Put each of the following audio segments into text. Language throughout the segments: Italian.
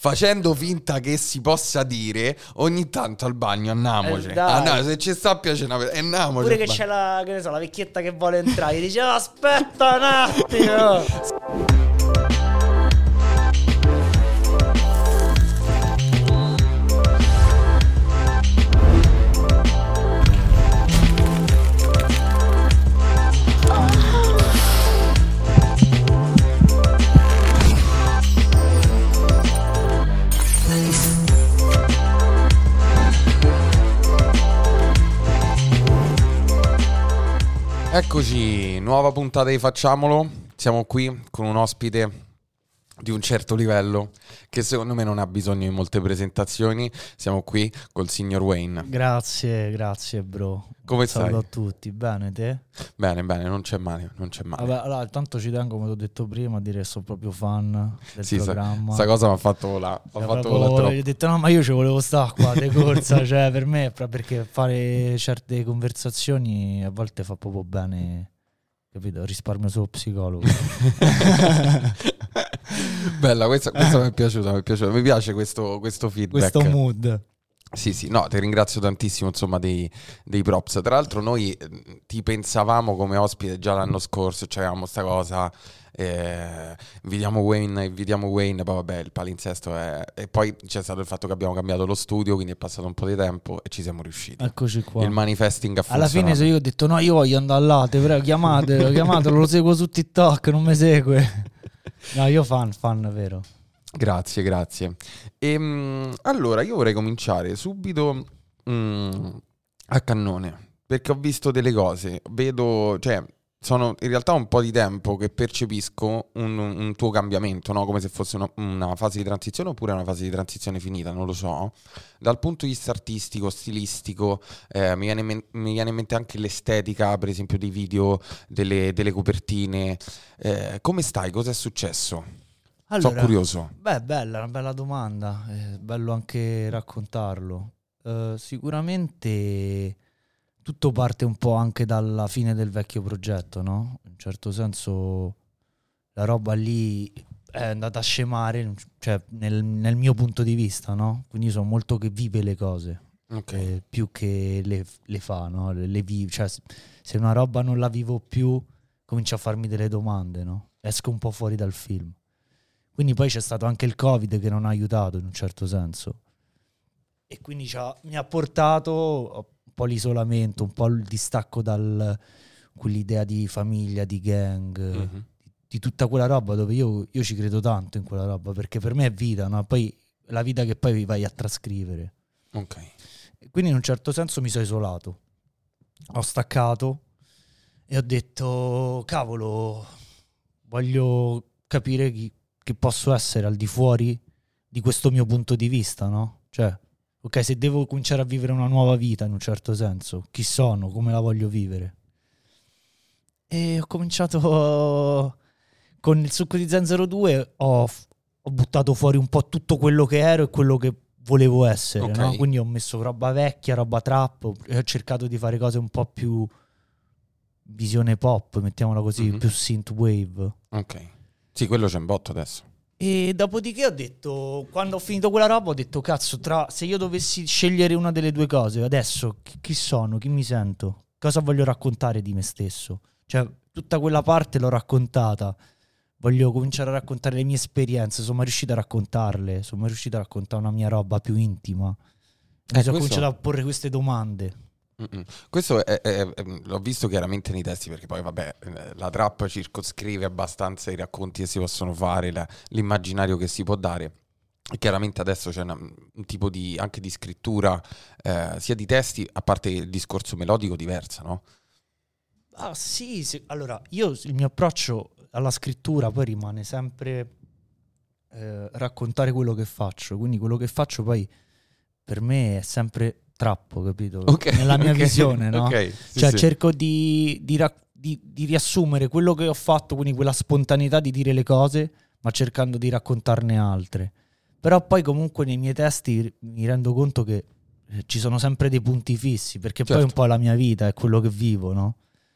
facendo finta che si possa dire ogni tanto al bagno andiamoci. Dai. Se ci sta piace andiamoci. Pure che c'è la, che ne so, la vecchietta che vuole entrare, gli dice aspetta un attimo. Eccoci, nuova puntata di Facciamolo. Siamo qui con un ospite di un certo livello che secondo me non ha bisogno di molte presentazioni. Siamo qui col signor Wayne. Grazie bro. Come stai? Saluto a tutti, bene te? Bene, non c'è male. Vabbè, allora, tanto ci tengo, come ti ho detto prima, a dire che sono proprio fan del programma. Sta cosa mi ha fatto volare. Ho detto no, ma io ci volevo stare qua di corsa, cioè per me, perché fare certe conversazioni a volte fa proprio bene, capito? Risparmio sullo psicologo. Bella, questa mi è piaciuta, mi piace questo feedback. Questo mood. Sì, no, ti ringrazio tantissimo, insomma, dei props. Tra l'altro noi ti pensavamo come ospite già l'anno scorso, c'avevamo sta cosa, invitiamo Wayne, poi vabbè, il palinsesto è... E poi c'è stato il fatto che abbiamo cambiato lo studio, quindi è passato un po' di tempo e ci siamo riusciti. Eccoci qua. Il manifesting ha funzionato. Alla fine se io ho detto no, io voglio andare là, te prego, chiamatelo, lo seguo su TikTok, non mi segue. No, io fan, vero. Grazie. Allora, io vorrei cominciare subito a cannone, perché ho visto delle cose, sono in realtà un po' di tempo che percepisco un tuo cambiamento, no? Come se fosse una fase di transizione oppure una fase di transizione finita, non lo so. Dal punto di vista artistico, stilistico, mi viene in mente anche l'estetica, per esempio, dei video, delle copertine. Come stai? Cosa è successo? Allora, sono curioso. Beh, bella, una bella domanda, è bello anche raccontarlo. Sicuramente tutto parte un po' anche dalla fine del vecchio progetto, no? In un certo senso la roba lì è andata a scemare, cioè nel mio punto di vista, no? Quindi io sono molto che vive le cose, Okay. più che le fa, no? Le vive, cioè se una roba non la vivo più comincio a farmi delle domande, no? Esco un po' fuori dal film. Quindi poi c'è stato anche il Covid che non ha aiutato in un certo senso. E quindi mi ha portato un po' l'isolamento, un po' il distacco da quell'idea di famiglia, di gang, di tutta quella roba dove io ci credo tanto in quella roba, perché per me è vita, no? Poi la vita che poi vai a trascrivere. Ok. E quindi in un certo senso mi sono isolato. Ho staccato e ho detto, cavolo, voglio capire che posso essere al di fuori di questo mio punto di vista, no? Cioè, ok, se devo cominciare a vivere una nuova vita in un certo senso, chi sono, come la voglio vivere? E ho cominciato con il succo di Zenzero 2, ho buttato fuori un po' tutto quello che ero e quello che volevo essere, Ok. no? Quindi ho messo roba vecchia, roba trap, e ho cercato di fare cose un po' più visione pop, mettiamola così, più synthwave. Ok. Sì, quello c'è un botto adesso. E dopodiché ho detto, quando ho finito quella roba, ho detto, cazzo, se io dovessi scegliere una delle due cose, adesso chi sono, chi mi sento, cosa voglio raccontare di me stesso? Cioè, tutta quella parte l'ho raccontata, voglio cominciare a raccontare le mie esperienze, sono mai riuscito a raccontarle, sono mai riuscito a raccontare una mia roba più intima. Ho cominciato a porre queste domande. Questo l'ho visto chiaramente nei testi, perché poi vabbè, la trap circoscrive abbastanza i racconti che si possono fare, l'immaginario che si può dare. E chiaramente adesso c'è un tipo anche di scrittura, sia di testi, a parte il discorso melodico, diversa, no? Ah sì, allora il mio approccio alla scrittura poi rimane sempre raccontare quello che faccio, quindi quello che faccio poi per me è sempre trappo, capito? Okay, nella mia visione, no? Okay, cioè sì. cerco di riassumere quello che ho fatto, quindi quella spontaneità di dire le cose, ma cercando di raccontarne altre. Però poi comunque nei miei testi mi rendo conto che ci sono sempre dei punti fissi, perché poi un po' la mia vita è quello che vivo, no?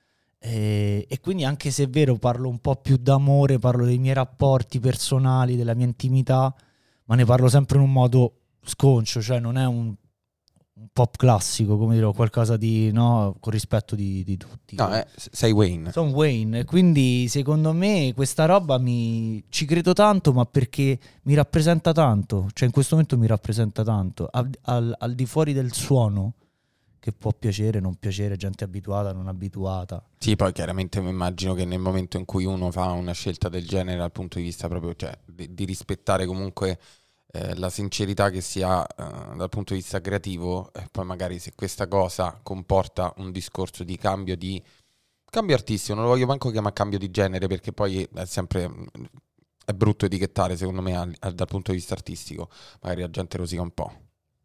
E quindi anche se è vero parlo un po' più d'amore, parlo dei miei rapporti personali, della mia intimità, ma ne parlo sempre in un modo sconcio, cioè non è un pop classico, come dire, o qualcosa di, no, con rispetto di tutti. No, sei Wayne. Sono Wayne, quindi secondo me questa roba ci credo tanto, ma perché mi rappresenta tanto, cioè in questo momento mi rappresenta tanto, al di fuori del suono, che può piacere, non piacere, gente abituata, non abituata. Sì, poi chiaramente mi immagino che nel momento in cui uno fa una scelta del genere dal punto di vista proprio, cioè, di rispettare comunque la sincerità che si ha dal punto di vista creativo, poi magari se questa cosa comporta un discorso di cambio artistico, non lo voglio manco chiamare cambio di genere, perché poi è brutto etichettare secondo me dal punto di vista artistico, magari la gente rosica un po'.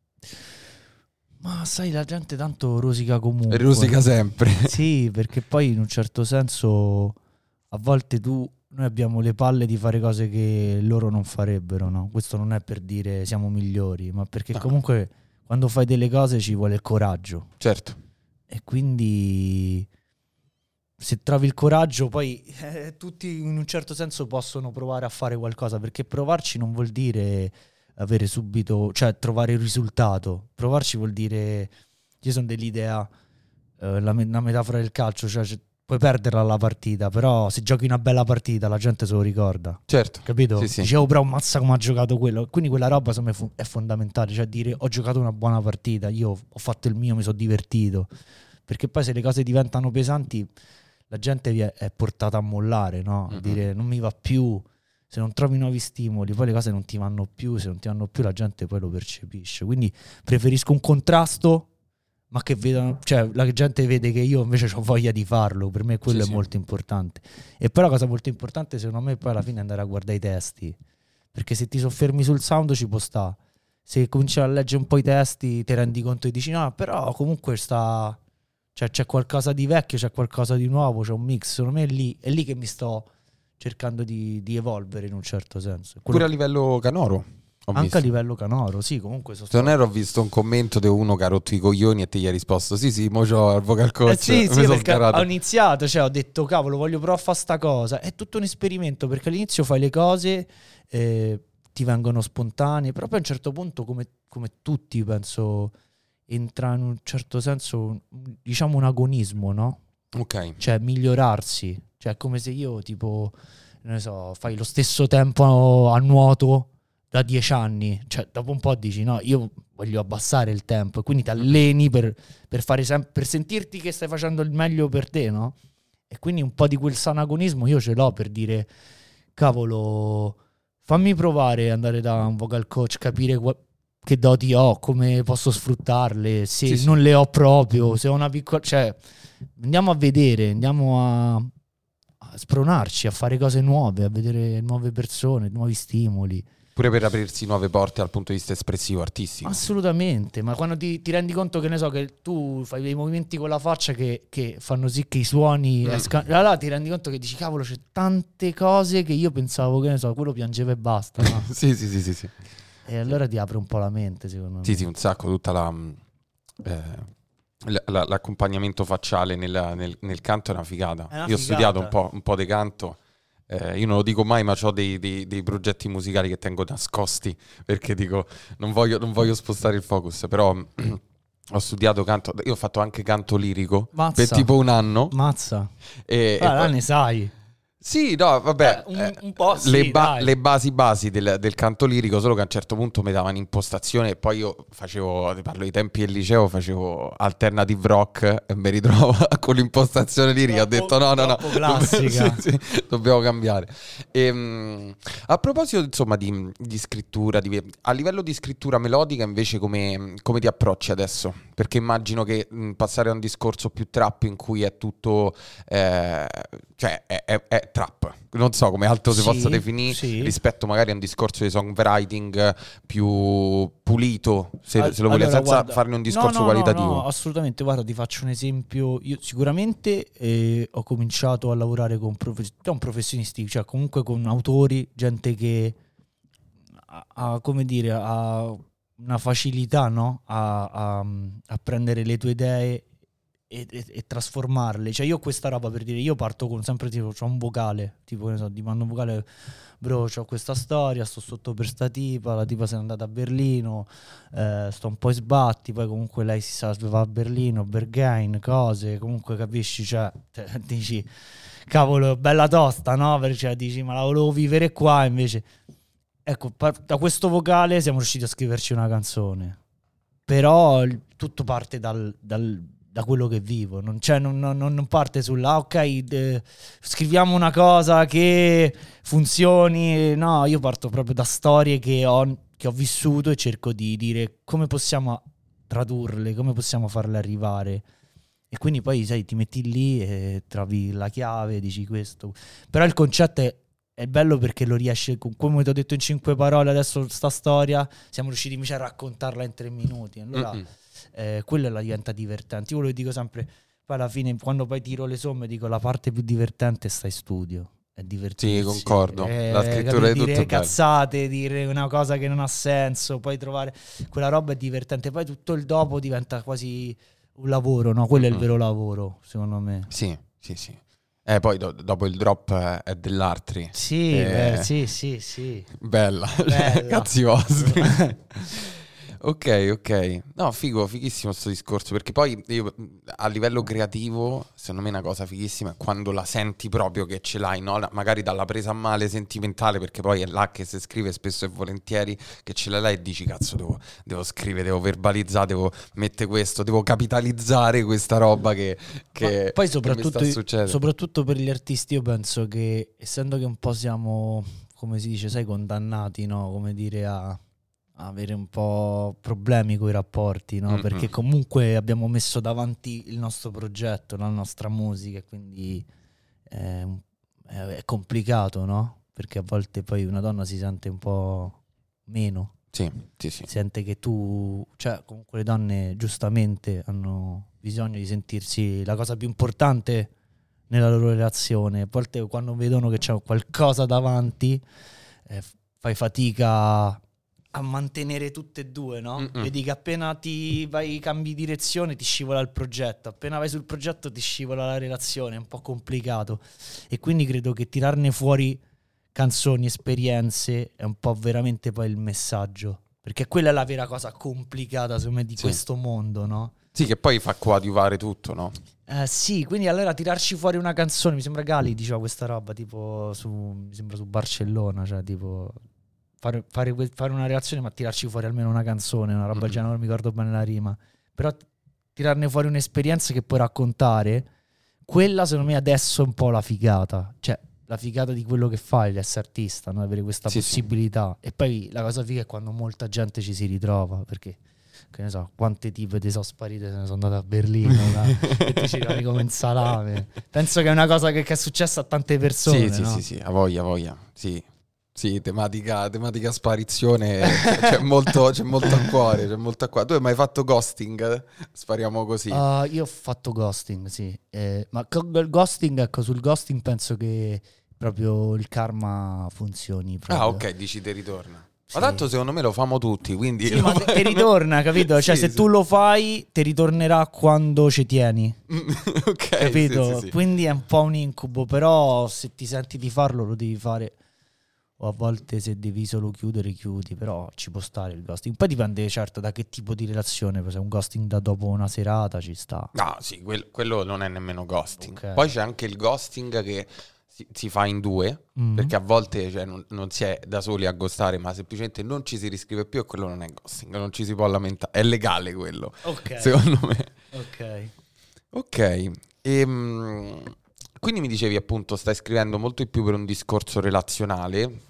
Ma sai, la gente tanto rosica comunque. Rosica sempre. Sì, perché poi in un certo senso a volte noi abbiamo le palle di fare cose che loro non farebbero, no? Questo non è per dire siamo migliori, ma perché comunque quando fai delle cose ci vuole il coraggio. Certo. E quindi se trovi il coraggio poi tutti in un certo senso possono provare a fare qualcosa, perché provarci non vuol dire avere subito, cioè trovare il risultato. Provarci vuol dire, io sono dell'idea, la metafora del calcio, cioè puoi perderla la partita, però se giochi una bella partita la gente se lo ricorda. Certo. Capito? Sì, sì. Dicevo, però mazza come ha giocato quello. Quindi quella roba secondo me è fondamentale, cioè dire ho giocato una buona partita, io ho fatto il mio, mi sono divertito. Perché poi se le cose diventano pesanti la gente è portata a mollare, no? A dire non mi va più, se non trovi nuovi stimoli poi le cose non ti vanno più, se non ti vanno più la gente poi lo percepisce. Quindi preferisco un contrasto, ma che vedano, cioè la gente vede che io invece ho voglia di farlo. Per me quello è molto importante. E poi la cosa molto importante secondo me poi alla fine è andare a guardare i testi, perché se ti soffermi sul sound ci può sta, se cominci a leggere un po' i testi ti rendi conto e dici no, però comunque cioè c'è qualcosa di vecchio, c'è qualcosa di nuovo, c'è un mix. Secondo me è lì che mi sto cercando di evolvere in un certo senso. Pure a livello canoro. Anche a livello canoro, sì, comunque se non ero, ho visto un commento di uno che ha rotto i coglioni e te gli hai risposto sì, mo c'ho il vocal coach. Sì, perché ho iniziato, cioè ho detto cavolo, voglio provare a fare sta cosa. È tutto un esperimento, perché all'inizio fai le cose, ti vengono spontanee, però poi a un certo punto, come tutti, penso, entra in un certo senso, diciamo, un agonismo, no? Ok. Cioè migliorarsi, cioè è come se io tipo, non ne so, fai lo stesso tempo a nuoto da 10 anni, cioè dopo un po' dici no, io voglio abbassare il tempo, e quindi ti alleni per fare per sentirti che stai facendo il meglio per te, no? E quindi un po' di quel sano agonismo io ce l'ho, per dire cavolo, fammi provare ad andare da un vocal coach, capire che doti ho, come posso sfruttarle, se non le ho proprio, se ho una piccola, cioè andiamo a vedere, andiamo a spronarci, a fare cose nuove, a vedere nuove persone, nuovi stimoli. Pure per aprirsi nuove porte dal punto di vista espressivo, artistico. Assolutamente, ma quando ti rendi conto che ne so, che tu fai dei movimenti con la faccia che fanno sì che i suoni allora ti rendi conto che dici cavolo, c'è tante cose che io pensavo, che ne so, quello piangeva e basta, no? sì. E allora ti apre un po' la mente, secondo me. Sì, un sacco, tutta l'accompagnamento facciale nel canto è una figata. Io ho studiato un po' di canto. Io non lo dico mai, ma ho dei progetti musicali che tengo nascosti, perché dico non voglio spostare il focus, però ho studiato canto. Io ho fatto anche canto lirico per tipo un anno. Mazza. E poi, ne sai. Sì, no, vabbè, un po' sì, le basi del canto lirico, solo che a un certo punto mi davano impostazione e poi io parlo dei tempi del liceo, facevo alternative rock e mi ritrovo con l'impostazione lirica, ho detto no, classica. sì, dobbiamo cambiare. A proposito, insomma, di scrittura, a livello di scrittura melodica invece come ti approcci adesso? Perché immagino che passare a un discorso più trap in cui è tutto, cioè è trap, non so come altro si possa definire, rispetto magari a un discorso di songwriting più pulito, se lo vogliamo, senza guarda, farne un discorso qualitativo. No, assolutamente, guarda, ti faccio un esempio. Io sicuramente ho cominciato a lavorare con professionisti, cioè comunque con autori, gente che ha come dire, ha una facilità, no? a prendere le tue idee e trasformarle. Cioè io questa roba, per dire, io parto con sempre tipo, c'ho un vocale, tipo che ne so, ti mando un vocale, bro, c'ho questa storia, sto sotto per sta tipa, la tipa se n'è andata a Berlino, sto un po' in sbatti, poi comunque lei si sa, va a Berlino, Berghain, cose, comunque capisci, cioè dici, cavolo, bella tosta, no? Perché dici, ma la volevo vivere qua, invece... Ecco, da questo vocale siamo riusciti a scriverci una canzone, però tutto parte da quello che vivo, non parte sulla ok, scriviamo una cosa che funzioni, no, io parto proprio da storie che ho vissuto e cerco di dire come possiamo tradurle, come possiamo farle arrivare, e quindi poi sai, ti metti lì e trovi la chiave, dici questo, però il concetto è bello perché lo riesce, come ti ho detto in 5 parole adesso sta storia, siamo riusciti invece a raccontarla in 3 minuti, allora quella la diventa divertente. Io lo dico sempre, poi alla fine quando poi tiro le somme dico la parte più divertente sta in studio, è divertirsi. Sì, concordo, la scrittura è tutto dire bello. cazzate, dire una cosa che non ha senso, poi trovare quella roba è divertente, poi tutto il dopo diventa quasi un lavoro, no? Quello è il vero lavoro, secondo me. Sì. Poi dopo il drop è dell'altri. Sì, sì. Bella. Cazzi vostri. Ok. No, fighissimo sto discorso, perché poi io, a livello creativo, secondo me una cosa fighissima è quando la senti proprio che ce l'hai, no? Magari dalla presa a male sentimentale, perché poi è là che si scrive spesso e volentieri, che ce l'hai là e dici cazzo devo scrivere, devo verbalizzare, devo mettere questo, devo capitalizzare questa roba che poi soprattutto per gli artisti io penso che, essendo che un po' siamo, come si dice, sai, condannati, no? Come dire, a avere un po' problemi coi rapporti, no? Perché comunque abbiamo messo davanti il nostro progetto, la nostra musica, e quindi è complicato, no? Perché a volte poi una donna si sente un po' meno. Sì. Sente che tu, cioè comunque le donne giustamente hanno bisogno di sentirsi la cosa più importante nella loro relazione. A volte quando vedono che c'è qualcosa davanti, fai fatica a mantenere tutte e due, no? Vedi che appena cambi direzione ti scivola il progetto, appena vai sul progetto ti scivola la relazione, è un po' complicato, e quindi credo che tirarne fuori canzoni, esperienze è un po' veramente poi il messaggio, perché quella è la vera cosa complicata secondo me di questo mondo, no? Sì, che poi fa coadiuvare tutto, no? Sì, quindi allora tirarci fuori una canzone, mi sembra Gali diceva questa roba tipo mi sembra su Barcellona, cioè tipo fare una reazione ma tirarci fuori almeno una canzone, una roba del genere, non mi ricordo bene la rima, però tirarne fuori un'esperienza che puoi raccontare, quella secondo me adesso è un po' la figata, cioè la figata di quello che fai, l'essere artista, no? Avere questa possibilità. E poi la cosa figa è quando molta gente ci si ritrova, perché che ne so, quante tipe ti sono sparite, se ne sono andate a Berlino e ti ci trovi come in salame. Penso che è una cosa che è successa a tante persone, no? Sì, a voglia, sì, tematica sparizione, c'è molto a cuore, Tu hai mai fatto ghosting? Spariamo così. Io ho fatto ghosting, sì, ma il ghosting, ecco, sul ghosting penso che proprio il karma funzioni proprio. Ok, dici te ritorna. Sì. Ma tanto secondo me lo famo tutti, quindi... Sì, ma ti ritorna, capito? Cioè se tu lo fai, ti ritornerà quando ci tieni. Ok, capito? Sì. Quindi è un po' un incubo, però se ti senti di farlo lo devi fare. O a volte se devi solo chiudere, chiudi, però ci può stare il ghosting. Poi dipende certo da che tipo di relazione, se è un ghosting da dopo una serata ci sta. No, sì, quello non è nemmeno ghosting. Okay. Poi c'è anche il ghosting che si fa in due, perché a volte non si è da soli a ghostare, ma semplicemente non ci si riscrive più, e quello non è ghosting, non ci si può lamentare, è legale quello, secondo me. Ok. Quindi mi dicevi appunto stai scrivendo molto di più per un discorso relazionale,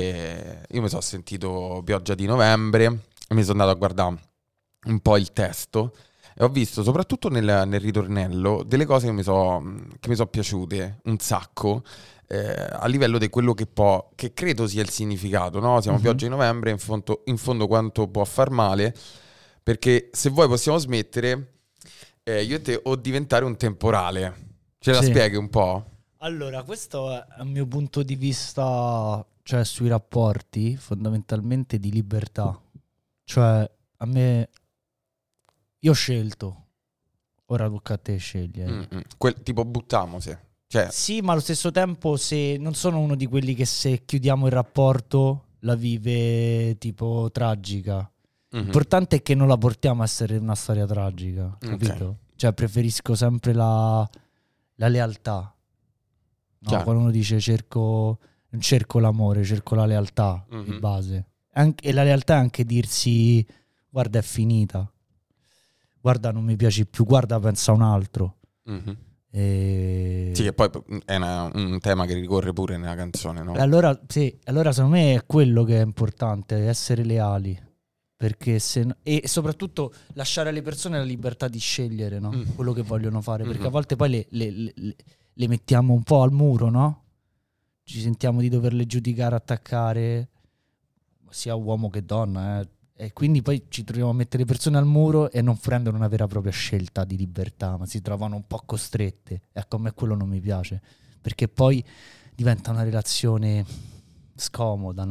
e io mi sono sentito Pioggia di novembre e mi sono andato a guardare un po' il testo e ho visto soprattutto nel ritornello delle cose che mi sono piaciute un sacco, a livello di quello che credo sia il significato, no? Siamo Pioggia di novembre, in fondo quanto può far male, perché se vuoi possiamo smettere, io e te, o diventare un temporale. Ce la spieghi un po'? Allora, questo è il mio punto di vista, cioè sui rapporti, fondamentalmente di libertà. Cioè, a me, io ho scelto, ora tocca a te scegliere. Tipo buttamose. Cioè, Sì, ma allo stesso tempo se non sono uno di quelli che se chiudiamo il rapporto la vive tipo tragica. L'importante è che non la portiamo a essere una storia tragica, capito? Cioè preferisco sempre la lealtà. No, quando uno dice non cerco l'amore, cerco la lealtà di base. E la lealtà è anche dirsi guarda è finita, guarda non mi piaci più, guarda pensa a un altro. Sì, e poi è un tema che ricorre pure nella canzone, no? Allora secondo me è quello che è importante, essere leali, perché e soprattutto lasciare alle persone la libertà di scegliere, no? Quello che vogliono fare, perché a volte poi le mettiamo un po' al muro, no? Ci sentiamo di doverle giudicare, attaccare, sia uomo che donna, e quindi poi ci troviamo a mettere le persone al muro e non prendono una vera e propria scelta di libertà, ma si trovano un po' costrette. Ecco, a me quello non mi piace, perché poi diventa una relazione scomoda,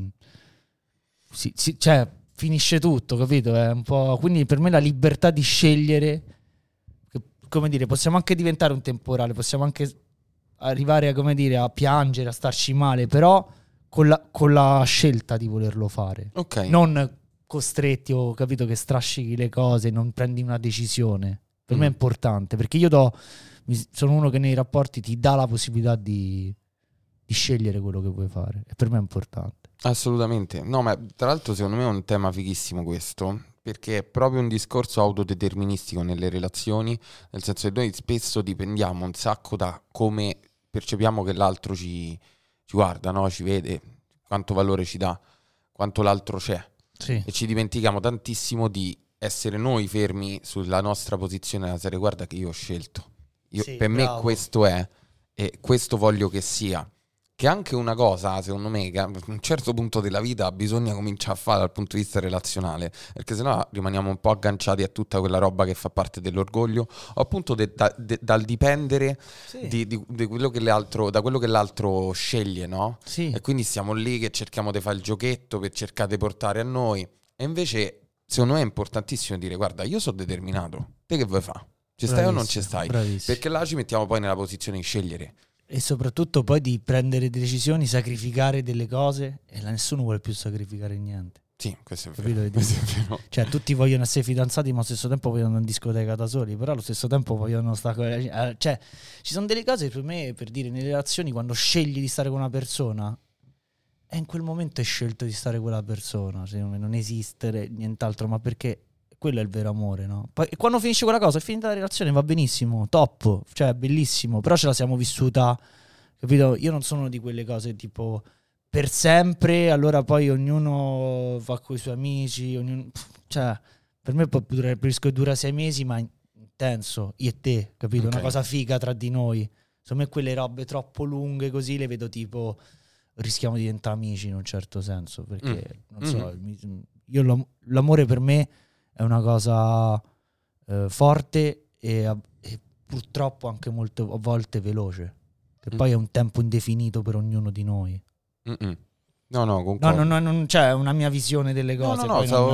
cioè finisce tutto, capito? È un po'. Quindi per me la libertà di scegliere, come dire, possiamo anche diventare un temporale, possiamo anche arrivare a piangere, a starci male, però con la scelta di volerlo fare, non costretti o capito che strascichi le cose, non prendi una decisione. Per me è importante, perché sono uno che nei rapporti ti dà la possibilità di scegliere quello che vuoi fare, e per me è importante. Assolutamente. No, ma tra l'altro secondo me è un tema fighissimo questo, perché è proprio un discorso autodeterministico nelle relazioni, nel senso che noi spesso dipendiamo un sacco da come percepiamo che l'altro ci guarda, no? Ci vede, quanto valore ci dà, quanto l'altro c'è. Sì. E ci dimentichiamo tantissimo di essere noi fermi sulla nostra posizione della serie. Guarda che io ho scelto. Per me questo è, e questo voglio che sia. Che è anche una cosa, secondo me, che a un certo punto della vita bisogna cominciare a fare dal punto di vista relazionale, perché sennò rimaniamo un po' agganciati a tutta quella roba che fa parte dell'orgoglio, o appunto dal dipendere di quello che da quello che l'altro sceglie, no? Sì. E quindi stiamo lì che cerchiamo di fare il giochetto per cercare di portare a noi. E invece, secondo me è importantissimo dire, guarda, io sono determinato, te che vuoi fare? Ci stai o non ci stai? Perché là ci mettiamo poi nella posizione di scegliere. E soprattutto poi di prendere decisioni, sacrificare delle cose, e nessuno vuole più sacrificare niente. Sì, questo è vero. Cioè tutti vogliono essere fidanzati, ma allo stesso tempo vogliono andare in discoteca da soli, però allo stesso tempo vogliono stare. Cioè ci sono delle cose per me, per dire, nelle relazioni, quando scegli di stare con una persona, e in quel momento hai scelto di stare con quella persona, secondo me non esiste nient'altro, ma perché quello è il vero amore, no? Poi quando finisce quella cosa, è finita la relazione, va benissimo, top, cioè bellissimo, però ce la siamo vissuta, capito? Io non sono di quelle cose tipo per sempre, allora poi ognuno va con i suoi amici, cioè per me preferisco che dura 6 mesi, ma intenso, io e te, capito? Una cosa figa tra di noi. Secondo me quelle robe troppo lunghe così le vedo tipo, rischiamo di diventare amici in un certo senso, perché non so, io l'amore per me è una cosa forte e purtroppo anche molte volte veloce, che poi è un tempo indefinito per ognuno di noi. No, concordo. No, non c'è una mia visione delle cose.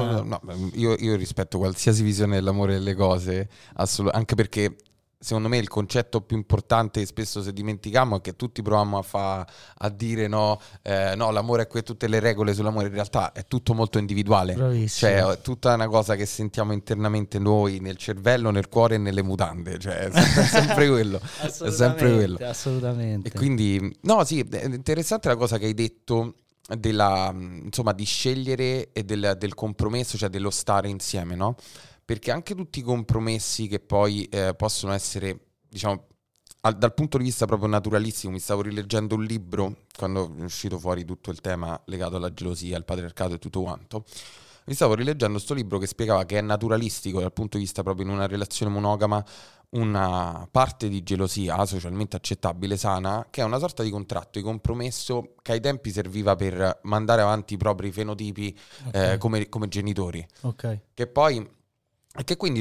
Io rispetto qualsiasi visione dell'amore e delle cose, anche perché secondo me il concetto più importante che spesso se dimentichiamo è che tutti proviamo a dire no, l'amore è tutte le regole sull'amore, in realtà è tutto molto individuale. Bravissimo. Cioè è tutta una cosa che sentiamo internamente noi, nel cervello, nel cuore e nelle mutande, cioè è sempre quello. È sempre quello. Assolutamente. E quindi, no, sì, è interessante la cosa che hai detto insomma, di scegliere e del compromesso, cioè dello stare insieme, no? Perché anche tutti i compromessi che poi possono essere, diciamo, dal punto di vista proprio naturalistico, mi stavo rileggendo un libro quando è uscito fuori tutto il tema legato alla gelosia, al patriarcato e tutto quanto. Mi stavo rileggendo sto libro che spiegava che è naturalistico dal punto di vista proprio in una relazione monogama una parte di gelosia socialmente accettabile, sana, che è una sorta di contratto di compromesso che ai tempi serviva per mandare avanti i propri fenotipi come genitori. Ok. Che quindi tu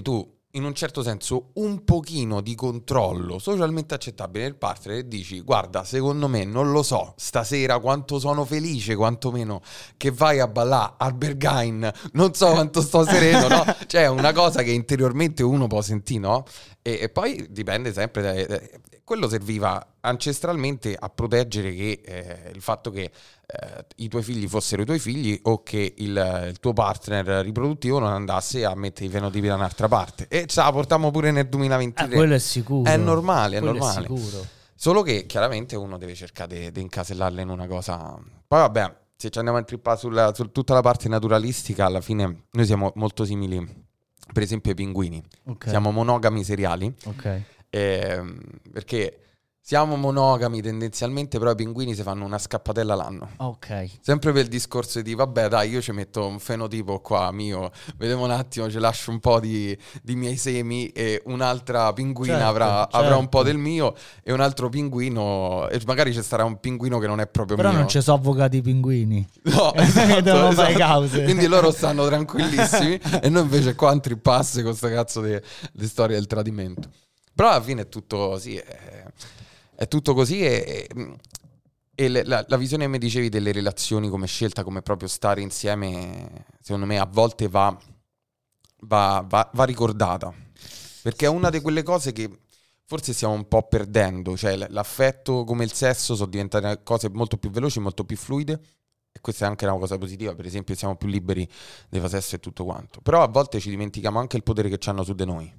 in un certo senso un pochino di controllo socialmente accettabile nel partner e dici guarda, secondo me non lo so stasera quanto sono felice, quantomeno che vai a ballare al Berghain, non so quanto sto sereno, no? Cioè è una cosa che interiormente uno può sentire, no? E poi dipende sempre quello serviva ancestralmente a proteggere che il fatto che i tuoi figli fossero i tuoi figli o che il tuo partner riproduttivo non andasse a mettere i fenotipi da un'altra parte. E ce la portiamo pure nel 2023. Quello è sicuro. È normale, è quello normale. È sicuro. Solo che chiaramente uno deve cercare di incasellarla in una cosa. Poi vabbè, se ci andiamo a intrippare su tutta la parte naturalistica, alla fine noi siamo molto simili, per esempio ai pinguini. Okay. Siamo monogami seriali. Ok. Perché siamo monogami tendenzialmente, però i pinguini si fanno una scappatella l'anno. Ok. Sempre per il discorso di vabbè dai, io ci metto un fenotipo qua mio, vediamo un attimo, ci lascio un po' di miei semi e un'altra pinguina avrà un po' del mio e un altro pinguino, e magari ci sarà un pinguino che non è proprio però mio. non ci sono avvocati i pinguini. No, esatto. Fare cause. Quindi loro stanno tranquillissimi e noi invece qua in tripasse con sta cazzo di storia del tradimento. Però alla fine è tutto sì, è tutto così e la visione che mi dicevi delle relazioni come scelta, come proprio stare insieme, secondo me a volte va ricordata, perché è una di quelle cose che forse stiamo un po' perdendo, cioè l'affetto come il sesso sono diventate cose molto più veloci, molto più fluide, e questa è anche una cosa positiva, per esempio siamo più liberi di fare sesso e tutto quanto, però a volte ci dimentichiamo anche il potere che hanno su di noi.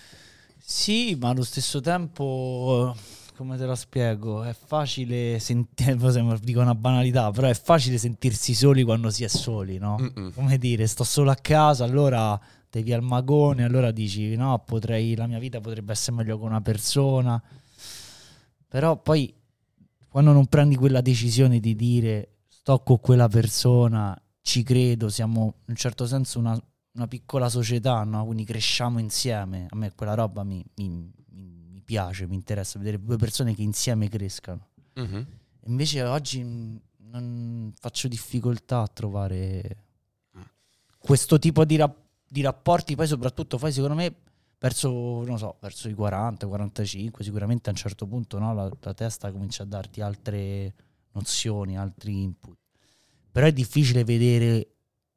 Sì, ma allo stesso tempo, come te la spiego, è facile sentire, dico una banalità, però è facile sentirsi soli quando si è soli, no? Come dire, sto solo a casa, allora devi al magone, allora dici no, la mia vita potrebbe essere meglio con una persona, però poi quando non prendi quella decisione di dire sto con quella persona, ci credo, siamo in un certo senso una piccola società, no? Quindi cresciamo insieme. A me quella roba mi piace, mi interessa vedere due persone che insieme crescano. Invece oggi non faccio difficoltà a trovare questo tipo di rapporti, poi soprattutto secondo me verso i 40, 45, sicuramente a un certo punto, no? La testa comincia a darti altre nozioni, altri input. Però è difficile vedere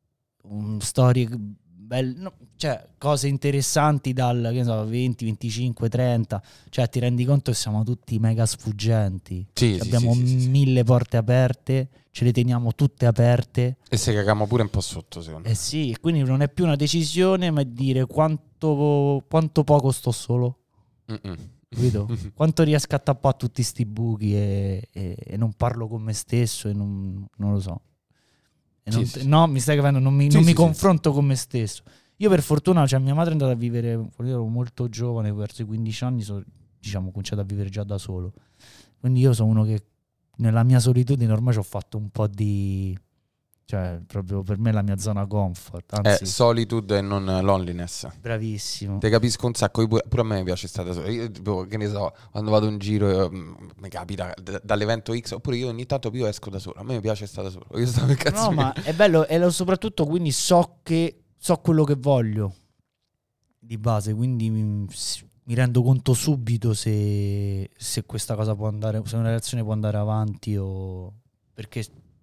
storie cioè cose interessanti dal 20, 25, 30, cioè ti rendi conto che siamo tutti mega sfuggenti, abbiamo 1000 porte aperte, ce le teniamo tutte aperte e se cagamo pure un po' sotto, secondo me. Sì, quindi non è più una decisione, ma è dire quanto poco sto solo, capito? Quanto riesco a tappare tutti sti buchi e non parlo con me stesso e non lo so. No, mi stai capendo, non mi confronto con me stesso. Io per fortuna, cioè mia madre è andata a vivere, io ero molto giovane, verso i 15 anni, ho cominciato a vivere già da solo. Quindi io sono uno che nella mia solitudine ormai ci ho fatto un po' di... Cioè, proprio per me è la mia zona comfort. Anzi, è solitude e non loneliness. Bravissimo. Te capisco un sacco, pure a me piace stare da solo. Io tipo, che ne so, quando vado in giro mi capita dall'evento X, oppure io ogni tanto più esco da solo. A me piace stare da solo. Io sto per cazzo. No, ma è bello, e soprattutto quindi so quello che voglio di base, quindi mi rendo conto subito se questa cosa può andare, se una relazione può andare avanti o perché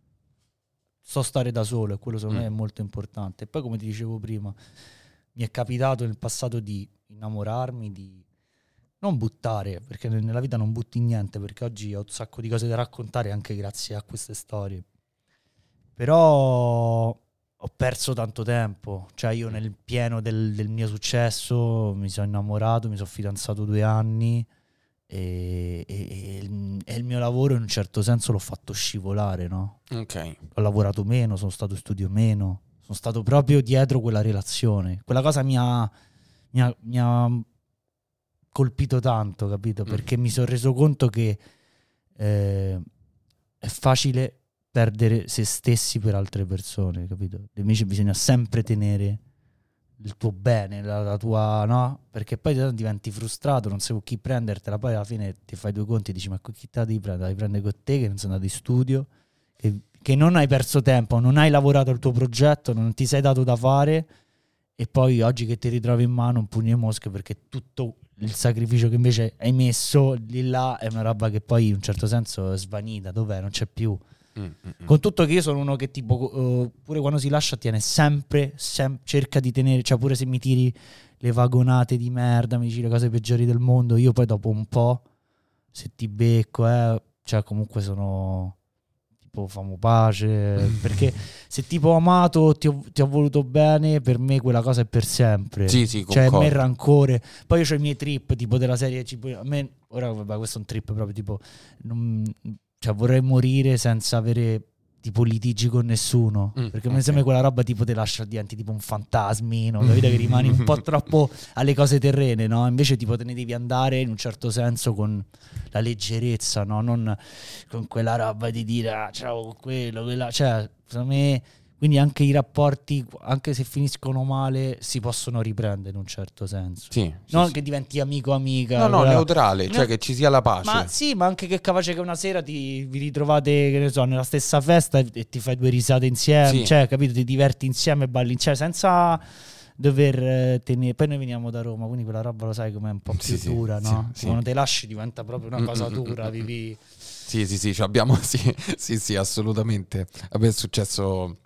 so stare da solo, e quello secondo me è molto importante. E poi, come ti dicevo prima, mi è capitato nel passato di innamorarmi, di non buttare, perché nella vita non butti niente, perché oggi ho un sacco di cose da raccontare anche grazie a queste storie. Però ho perso tanto tempo, cioè io nel pieno del mio successo mi sono innamorato, mi sono fidanzato 2 anni e il mio lavoro in un certo senso l'ho fatto scivolare, no? Ok. Ho lavorato meno, sono stato in studio meno, sono stato proprio dietro quella relazione. Quella cosa mi ha colpito tanto, capito? Perché mi sono reso conto che è facile perdere se stessi per altre persone, capito? Invece bisogna sempre tenere il tuo bene, la tua, no? Perché poi diventi frustrato, non sai con chi prendertela, poi alla fine ti fai 2 conti e dici ma con chi te la devi prendere? La devi prendere con te che non sei andato in studio, che non hai perso tempo, non hai lavorato al tuo progetto, non ti sei dato da fare e poi oggi che ti ritrovi in mano un pugno di mosche, perché tutto il sacrificio che invece hai messo lì là è una roba che poi in un certo senso è svanita, dov'è? Non c'è più. Con tutto che io sono uno che tipo pure quando si lascia tiene sempre cerca di tenere, cioè pure se mi tiri le vagonate di merda, mi dici le cose peggiori del mondo, io poi dopo un po', se ti becco, cioè comunque sono tipo famo pace, perché se tipo ho amato, ti ho voluto bene, per me quella cosa è per sempre. Sì, cioè a me concordo. il rancore, poi io ho i miei trip tipo della serie, tipo, a me ora vabbè, questo è un trip proprio tipo cioè vorrei morire senza avere tipo litigi con nessuno, perché mi sembra quella roba tipo te lascia diventi tipo un fantasmino, capito? Che rimani un po' troppo alle cose terrene, no? Invece tipo te ne devi andare in un certo senso con la leggerezza, no? Non con quella roba di dire ciao quello, quella, cioè secondo me, quindi anche i rapporti, anche se finiscono male, si possono riprendere in un certo senso. Sì, Non sì. che diventi amico amica. No, neutrale, No, cioè che ci sia la pace. ma sì, ma anche che capace che una sera vi ritrovate, che ne so, nella stessa festa e ti fai 2 risate insieme, Sì. cioè, capito, ti diverti insieme e balli insieme senza dover tenere. Poi noi veniamo da Roma, quindi quella roba lo sai com'è un po' più Sì, dura, no? sì. Quando te lasci diventa proprio una cosa dura, vivi. Sì, cioè abbiamo, sì, assolutamente. A me è successo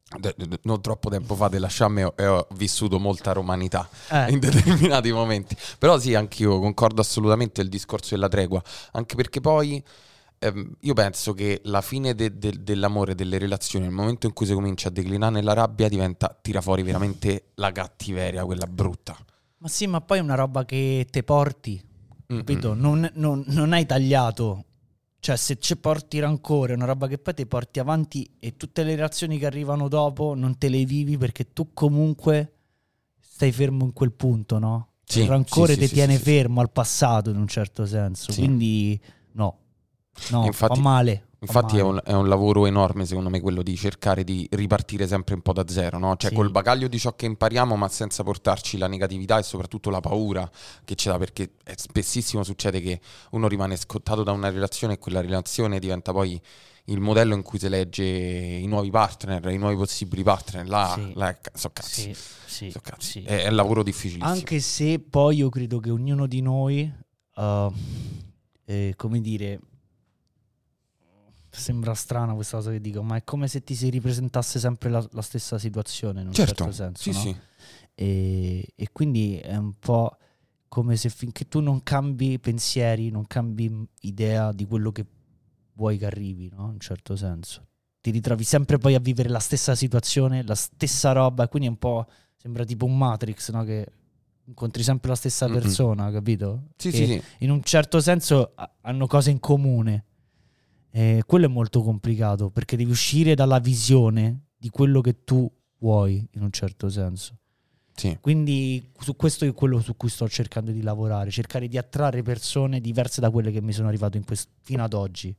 non troppo tempo fa della Sciamme e ho vissuto molta romanità in determinati momenti. Però sì, anch'io concordo assolutamente il discorso della tregua, anche perché poi io penso che la fine dell'amore, delle relazioni, nel momento in cui si comincia a declinare nella rabbia, tira fuori veramente la cattiveria, quella brutta. Ma sì, ma poi è una roba che te porti, capito? Non hai tagliato. Cioè, se ci porti rancore, è una roba che poi ti porti avanti e tutte le reazioni che arrivano dopo non te le vivi perché tu comunque stai fermo in quel punto, no? Sì, il rancore sì, ti sì, tiene sì, fermo al passato in un certo senso. Sì. Quindi no, Infatti, fa male. Infatti è un lavoro enorme, secondo me, quello di cercare di ripartire sempre un po' da zero, no? Cioè col bagaglio di ciò che impariamo, ma senza portarci la negatività e soprattutto la paura che ce l'ha, perché spessissimo succede che uno rimane scottato da una relazione e quella relazione diventa poi il modello in cui si legge i nuovi partner, i nuovi possibili partner. So cazzi. Sì. È un lavoro difficilissimo. Anche se poi io credo che ognuno di noi, come dire, sembra strana questa cosa che dico, ma è come se ti si ripresentasse sempre la stessa situazione in un certo senso, sì, no? sì. E quindi è un po' come se finché tu non cambi pensieri, non cambi idea di quello che vuoi che arrivi, no? In un certo senso ti ritrovi sempre poi a vivere la stessa situazione, la stessa roba, e quindi è un po', sembra tipo un Matrix, no? Che incontri sempre la stessa persona, capito? Sì. In un certo senso hanno cose in comune. Quello è molto complicato perché devi uscire dalla visione di quello che tu vuoi in un certo senso. Sì. Quindi su questo è quello su cui sto cercando di lavorare, cercare di attrarre persone diverse da quelle che mi sono arrivato fino ad oggi.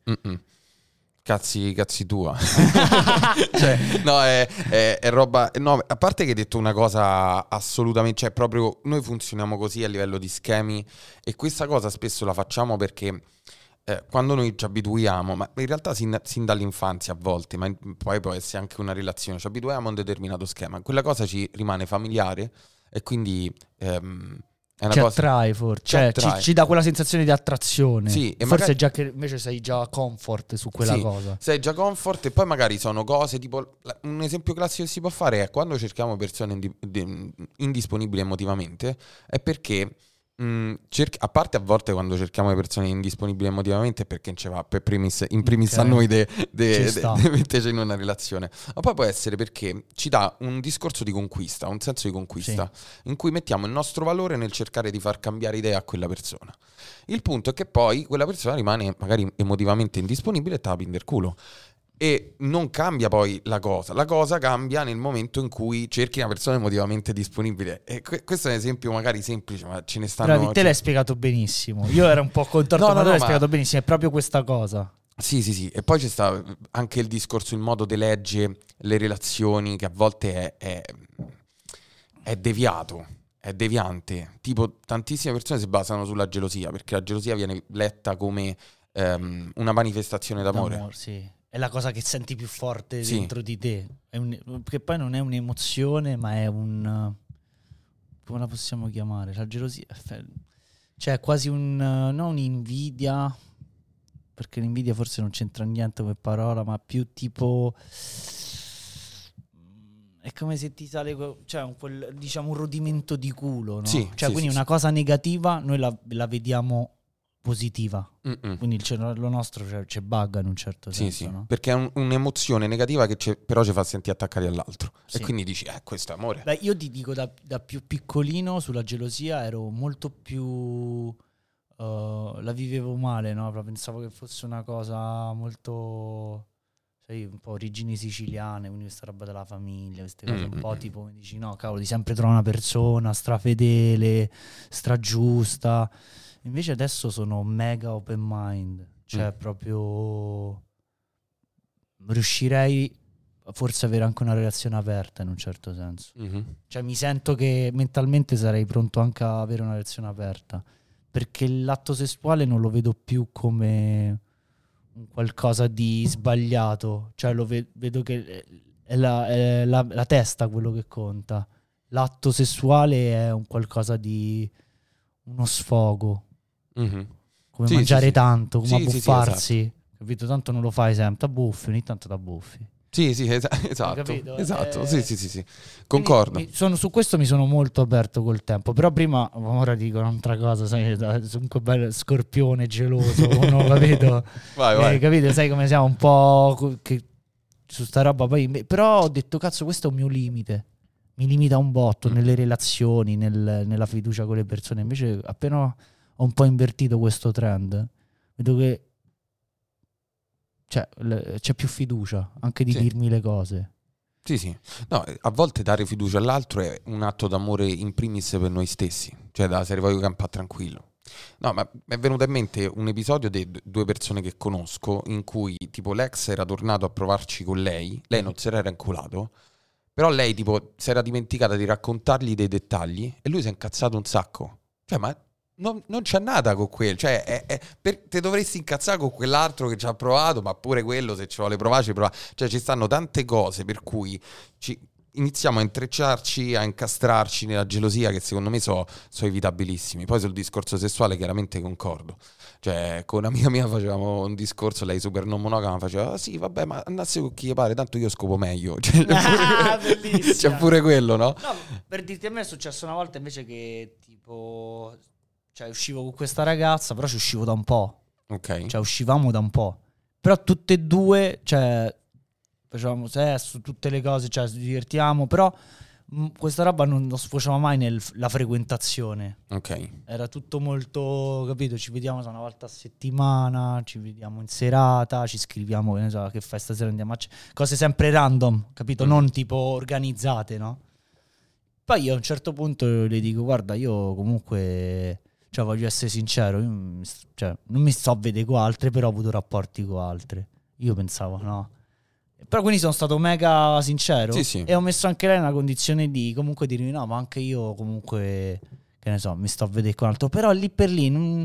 Cazzi tua. Cioè, no, è roba. No, a parte che hai detto una cosa assolutamente, cioè proprio noi funzioniamo così a livello di schemi, e questa cosa spesso la facciamo perché quando noi ci abituiamo, ma in realtà sin dall'infanzia a volte, ma poi può essere anche una relazione, ci abituiamo a un determinato schema, quella cosa ci rimane familiare e quindi è una ci cosa attrae forse, ci dà quella sensazione di attrazione. Sì, e forse magari, già che invece sei già comfort su quella cosa. Sei già comfort, e poi magari sono cose tipo, un esempio classico che si può fare è quando cerchiamo persone indisponibili emotivamente, è perché a parte a volte quando cerchiamo le persone indisponibili emotivamente è perché ce va in primis a noi de metterci in una relazione, ma poi può essere perché ci dà un discorso di conquista, un senso di conquista, in cui mettiamo il nostro valore nel cercare di far cambiare idea a quella persona. Il punto è che poi quella persona rimane magari emotivamente indisponibile e te la prende il culo. E non cambia poi la cosa cambia nel momento in cui cerchi una persona emotivamente disponibile. E questo è un esempio magari semplice, ma ce ne stanno. Bravi, te l'hai spiegato benissimo. Io ero un po' contorto, ma te l'hai spiegato benissimo. È proprio questa cosa. Sì. E poi c'è sta anche il discorso, il modo di legge le relazioni, che a volte è deviato, è deviante. Tipo, tantissime persone si basano sulla gelosia, perché la gelosia viene letta come una manifestazione d'amore. Sì. È la cosa che senti più forte dentro di te. Che poi non è un'emozione, ma è un come la possiamo chiamare? La gelosia, cioè quasi non un'invidia, perché l'invidia forse non c'entra niente come parola, ma più tipo è come se ti sale diciamo un rodimento di culo, no? Sì, cioè sì, quindi sì, una cosa negativa noi la vediamo positiva. Mm-mm. Quindi il cervello nostro c'è bugga in un certo Sì, senso, sì, no? perché è un'emozione negativa che però ci fa sentire attaccati all'altro. Sì. E quindi dici, questo è amore. Beh, io ti dico, da più piccolino sulla gelosia ero molto più... la vivevo male, no? Però pensavo che fosse una cosa molto... sai, un po' origini siciliane, quindi questa roba della famiglia, queste cose un po' tipo, mi dici, no, cavolo, ti sempre trovi una persona strafedele, stragiusta. Invece adesso sono mega open mind, cioè proprio riuscirei forse avere anche una relazione aperta in un certo senso. Mm-hmm. Cioè mi sento che mentalmente sarei pronto anche a avere una relazione aperta, perché l'atto sessuale non lo vedo più come un qualcosa di sbagliato, cioè lo vedo che è la testa quello che conta. L'atto sessuale è un qualcosa di uno sfogo. Mm-hmm. Come Sì, mangiare sì. tanto, come Sì, abbuffarsi, esatto. capito? Tanto non lo fai sempre, t'abbuffi, ogni tanto t'abbuffi. Sì, esatto. Capito? Esatto. Sì. Concordo. Su questo mi sono molto aperto col tempo, però prima, ora dico un'altra cosa, sai, sono comunque bello scorpione geloso, uno, capito? Vai. Capito? Sai come siamo un po' che su sta roba, poi però ho detto, cazzo, questo è un mio limite. Mi limita un botto nelle relazioni, nella fiducia con le persone. Invece appena ho un po' invertito questo trend, vedo che c'è più fiducia anche di dirmi le cose. Sì. No, a volte dare fiducia all'altro è un atto d'amore in primis per noi stessi, cioè da serie voglio campare tranquillo. No, ma mi è venuto in mente un episodio di due persone che conosco in cui tipo l'ex era tornato a provarci con lei non se l'era inculato, però lei tipo si era dimenticata di raccontargli dei dettagli e lui si è incazzato un sacco. Cioè, ma non c'è nada con quello, cioè te dovresti incazzare con quell'altro che ci ha provato, ma pure quello se ci vuole provare ci prova. Cioè ci stanno tante cose per cui iniziamo a intrecciarci, a incastrarci nella gelosia che secondo me sono evitabilissimi. Poi sul discorso sessuale chiaramente concordo, cioè con un'amica mia facevamo un discorso, lei super non monogama faceva sì vabbè ma andasse con chi pare, tanto io scopo meglio, cioè, c'è pure quello, no? No, per dirti, a me è successo una volta invece che tipo... Cioè uscivo con questa ragazza, però ci uscivo da un po'. Ok. Cioè uscivamo da un po'. Però tutte e due, cioè, facevamo sesso, tutte le cose, cioè ci divertiamo, però questa roba non sfociava mai nella frequentazione. Ok. Era tutto molto, capito? Ci vediamo una volta a settimana, ci vediamo in serata, ci scriviamo, che ne so, che fai stasera andiamo cose sempre random, capito? Non tipo organizzate, no? Poi io a un certo punto le dico, guarda, io comunque... Cioè voglio essere sincero, non mi sto a vedere con altre, però ho avuto rapporti con altre. Io pensavo, no. Però quindi sono stato mega sincero. Sì. E ho messo anche lei in una condizione di comunque dirmi no, ma anche io comunque, che ne so, mi sto a vedere con altro. Però lì per lì non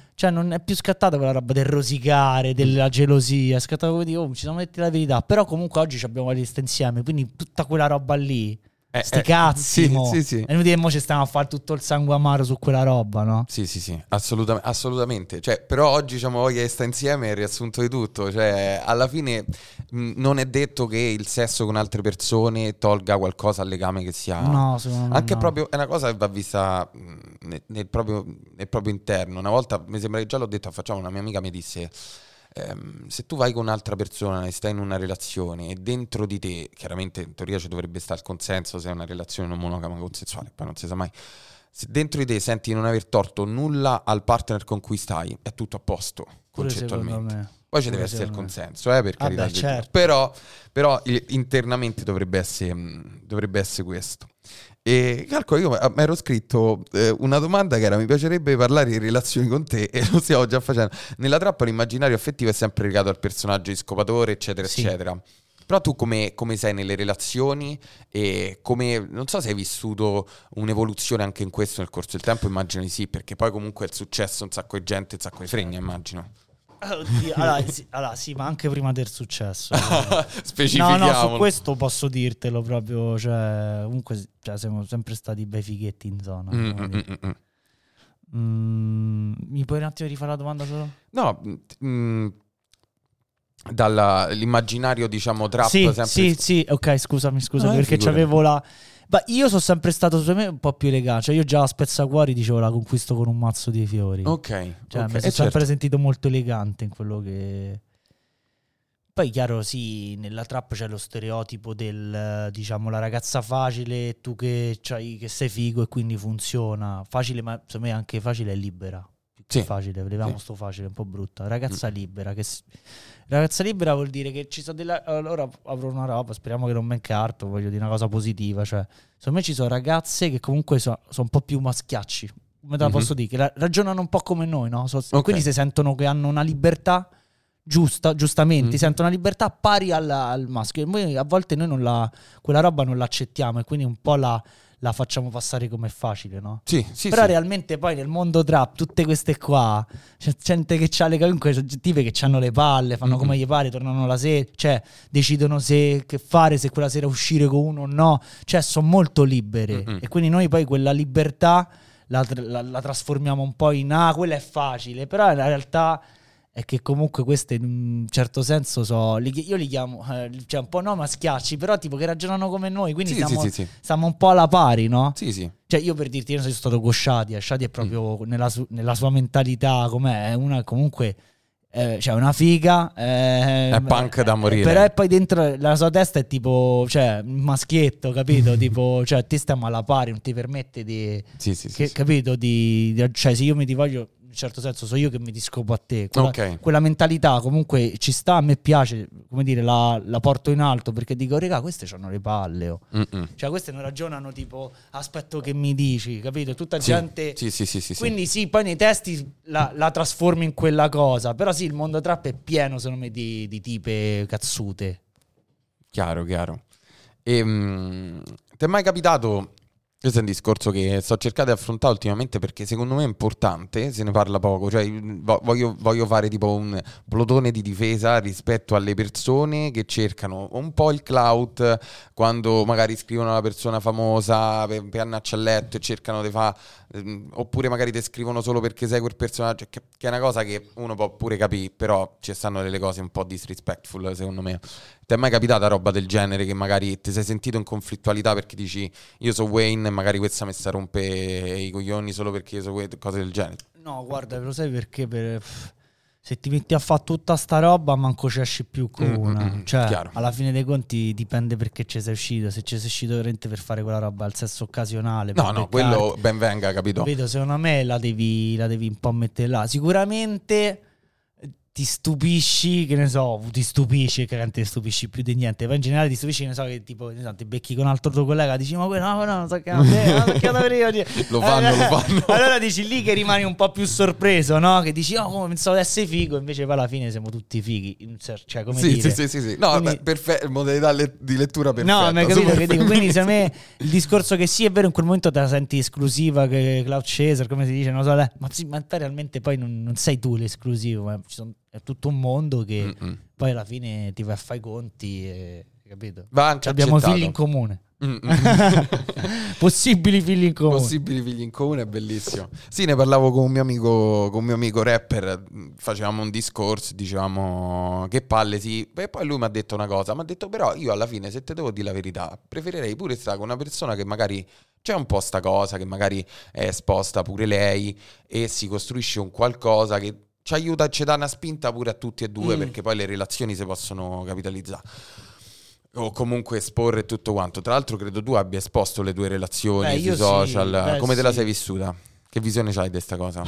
è più scattata quella roba del rosicare, della gelosia. È scattato come dire, ci siamo detti la verità. Però comunque oggi abbiamo la lista insieme, quindi tutta quella roba lì. Sti cazzi, sì. E noi mo ci stiamo a fare tutto il sangue amaro su quella roba, no? Sì, assolutamente. Cioè, però oggi diciamo che sta insieme è il riassunto di tutto. Cioè, alla fine non è detto che il sesso con altre persone tolga qualcosa al legame che si ha. No, secondo me anche no. proprio è una cosa che va vista nel proprio interno. Una volta mi sembra che già l'ho detto, facciamo, una mia amica mi disse se tu vai con un'altra persona e stai in una relazione e dentro di te, chiaramente in teoria ci dovrebbe stare il consenso se è una relazione non monogama consensuale, poi non si sa mai, se dentro di te senti di non aver torto nulla al partner con cui stai, è tutto a posto concettualmente. Poi ci deve essere il consenso, per carità di Dio. Però internamente dovrebbe essere questo. E calcolo, io mi ero scritto una domanda che era: mi piacerebbe parlare di relazioni con te, e lo stiamo già facendo. Nella trappola l'immaginario affettivo è sempre legato al personaggio di scopatore, eccetera, eccetera. Però tu come sei nelle relazioni e come, non so se hai vissuto un'evoluzione anche in questo nel corso del tempo, immagino di sì, perché poi comunque è successo un sacco di gente, un sacco di fregna, immagino. Oddio, allora, sì, ma anche prima del successo. Specifichiamo. No, su questo posso dirtelo proprio, cioè, comunque siamo sempre stati bei fighetti in zona. Mi puoi un attimo rifare la domanda solo? No, dall'immaginario, diciamo, trap sempre... Sì, ok, scusami, perché figurati. c'avevo la... Ma io sono sempre stato, secondo me, un po' più elegante. Cioè io già a Spezzacuori dicevo la conquisto con un mazzo di fiori. Ok. Cioè mi sono sempre sentito molto elegante in quello che... Poi chiaro, sì, nella trap c'è lo stereotipo del, diciamo, la ragazza facile, tu che sei figo e quindi funziona. Facile, ma secondo me anche facile è libera. Sì. Facile, leviamo sto facile, un po' brutta. Ragazza libera, ragazza libera vuol dire che ci sono delle... Allora avrò una roba, speriamo che non me incarto, voglio dire una cosa positiva, cioè secondo me ci sono ragazze che comunque sono un po' più maschiacci, come te la posso dire, che ragionano un po' come noi, no? Quindi si sentono che hanno una libertà giustamente, sentono una libertà pari al maschio. E a volte noi quella roba non l'accettiamo e quindi un po' la facciamo passare come facile, no? Sì, però sì. realmente poi nel mondo trap tutte queste qua c'è gente che c'ha comunque soggettive che hanno le palle, fanno come gli pare, tornano la sera, cioè decidono che fare, se quella sera uscire con uno o no, cioè sono molto libere e quindi noi poi quella libertà la trasformiamo un po' in quella è facile, però in realtà è che comunque queste in un certo senso io li chiamo cioè un po' no maschiacci, però tipo che ragionano come noi, quindi stiamo un po' alla pari, no? Sì. Cioè io per dirti, io sono stato con Shadia è proprio nella sua mentalità com'è, è una comunque cioè una figa, è punk da morire, però poi dentro la sua testa è tipo, cioè un maschietto, capito? Tipo, cioè ti stiamo alla pari, non ti permette di capito? Cioè se io mi ti voglio, in un certo senso so io che mi discopo a te, quella mentalità comunque ci sta, a me piace, come dire, la porto in alto perché dico regà, queste c'hanno le palle cioè queste non ragionano tipo aspetto che mi dici, capito? Tutta gente quindi sì, poi nei testi la trasformi in quella cosa, però sì, il mondo trap è pieno secondo me di tipe cazzute. Chiaro. E ti è mai capitato... Questo è un discorso che sto cercando di affrontare ultimamente perché secondo me è importante, se ne parla poco, cioè voglio fare tipo un plotone di difesa rispetto alle persone che cercano un po' il clout quando magari scrivono una persona famosa per annaccia a letto e cercano di fare, oppure magari ti scrivono solo perché sei quel personaggio, che è una cosa che uno può pure capire, però ci stanno delle cose un po' disrespectful secondo me. Ti è mai capitata roba del genere che magari ti sei sentito in conflittualità perché dici io sono Wayne e magari questa mi sta rompe i coglioni solo perché io so cose del genere? No, guarda, lo sai perché? Se ti metti a fare tutta sta roba manco ci esci più con una. Cioè, chiaro. Alla fine dei conti dipende perché ci sei uscito. Se ci sei uscito veramente per fare quella roba al sesso occasionale, no, quello ben venga, capito? Secondo me la devi un po' mettere là. Sicuramente ti stupisci, che ne so, ti stupisci più di niente, poi in generale ti stupisci, che ne so, che tipo ti becchi con un altro tuo collega, dici ma no, non so che lo fanno. Allora dici lì che rimani un po' più sorpreso, no? Che dici come pensavo di essere figo, invece poi alla fine siamo tutti fighi, cioè come dire. Sì. No, quindi, perfetto, modalità di lettura perfetta. No, ma capito che dico, quindi secondo me il discorso che sì è vero in quel momento te la senti esclusiva, che Cloud Chaser, come si dice, non so, ma realmente poi non sei tu l'esclusivo, ma è tutto un mondo che poi alla fine ti vai a fare i conti, capito? Va anche abbiamo accettato. figli in comune. Possibili figli in comune è bellissimo. Sì, ne parlavo con un mio amico rapper, facevamo un discorso, dicevamo che palle, sì, e poi lui mi ha detto una cosa, mi ha detto però io alla fine, se te devo dire la verità, preferirei pure stare con una persona che magari c'è un po' sta cosa, che magari è esposta pure lei e si costruisce un qualcosa che ci aiuta, ci dà una spinta pure a tutti e due, perché poi le relazioni si possono capitalizzare o comunque esporre tutto quanto. Tra l'altro credo tu abbia esposto le tue relazioni sui social. Come te la sei vissuta? Che visione c'hai di questa cosa?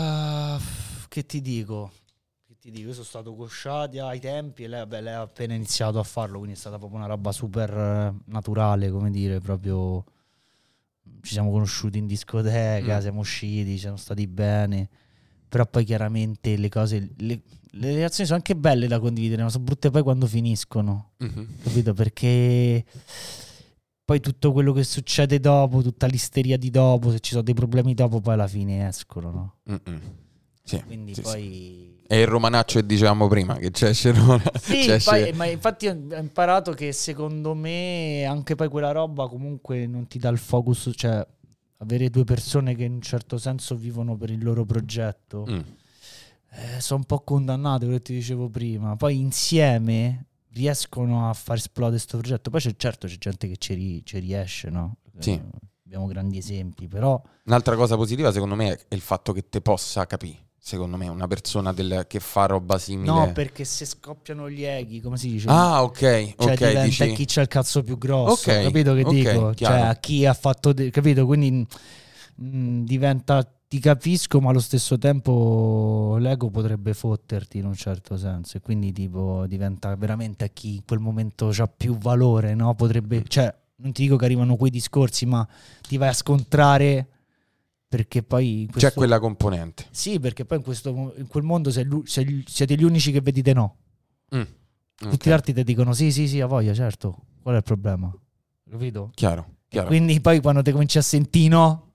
Che ti dico? Io sono stato con Shadia ai tempi e lei ha appena iniziato a farlo, quindi è stata proprio una roba super naturale, come dire, proprio ci siamo conosciuti in discoteca, siamo usciti, siamo stati bene. Però poi chiaramente le cose, le relazioni sono anche belle da condividere, ma sono brutte poi quando finiscono, capito? Perché poi tutto quello che succede dopo, tutta l'isteria di dopo, se ci sono dei problemi dopo, poi alla fine escono, no? Sì, Quindi sì, poi... È il romanaccio che dicevamo prima, che c'è Scerona. Sì, poi, ma infatti ho imparato che secondo me anche poi quella roba comunque non ti dà il focus, cioè avere due persone che in un certo senso vivono per il loro progetto sono un po' condannate, quello che ti dicevo prima. Poi insieme riescono a far esplodere questo progetto. Poi certo c'è gente che ci riesce, no? Sì. Abbiamo grandi esempi, però... Un'altra cosa positiva secondo me è il fatto che te possa capire. Secondo me una persona che fa roba simile. No, perché se scoppiano gli eghi, come si dice? Ah, ok, Cioè diventa dici... chi c'ha il cazzo più grosso, Ok, capito che ok, dico? chiaro. Cioè a chi ha fatto, capito? Quindi diventa, ti capisco, ma allo stesso tempo l'ego potrebbe fotterti in un certo senso, e quindi tipo diventa veramente a chi in quel momento c'ha più valore, no? Potrebbe, cioè non ti dico che arrivano quei discorsi, ma ti vai a scontrare, perché poi C'è quella componente. Sì, perché poi in quel mondo siete gli unici che vedete no. Tutti gli altri ti dicono sì, a voglia, certo. Qual è il problema? Capito? Chiaro. E quindi poi quando ti cominci a sentire no,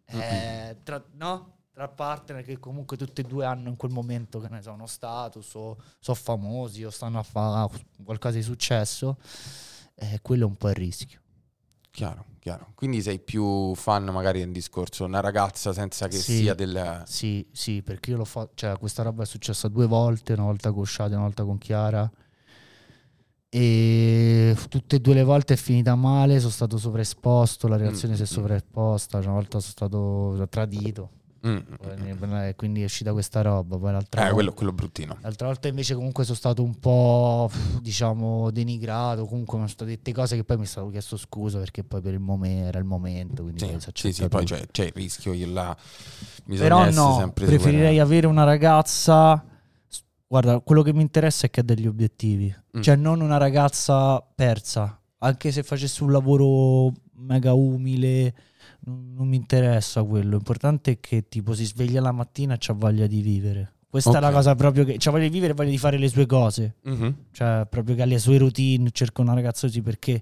tra partner che comunque tutti e due hanno in quel momento, che ne so, uno status, o famosi, o stanno a fare qualcosa di successo, quello è un po' il rischio. Chiaro. Quindi sei più fan magari del discorso una ragazza senza che sia del... Sì, perché io l'ho fatto, cioè questa roba è successa 2 volte, una volta con Shade, una volta con Chiara, e tutte e 2 le volte è finita male, sono stato sovraesposto, la relazione si è sovraesposta, cioè una volta sono stato tradito. Quindi è uscita questa roba. Poi l'altra volta, quello bruttino. l'altra volta invece comunque sono stato un po', diciamo, denigrato. Comunque mi sono state dette cose che poi mi stavo chiesto scusa, perché poi per il momento era il momento, quindi sì, poi c'è il rischio, bisogna però essere no, sempre preferirei avere una ragazza. Guarda, quello che mi interessa è che ha degli obiettivi, cioè non una ragazza persa, anche se facesse un lavoro mega umile. Non mi interessa quello. L'importante è che tipo si sveglia la mattina e c'ha voglia di vivere. Questa è la cosa, proprio, che c'ha voglia di vivere e voglia di fare le sue cose. Cioè proprio che ha le sue routine. Cerco una ragazza così, perché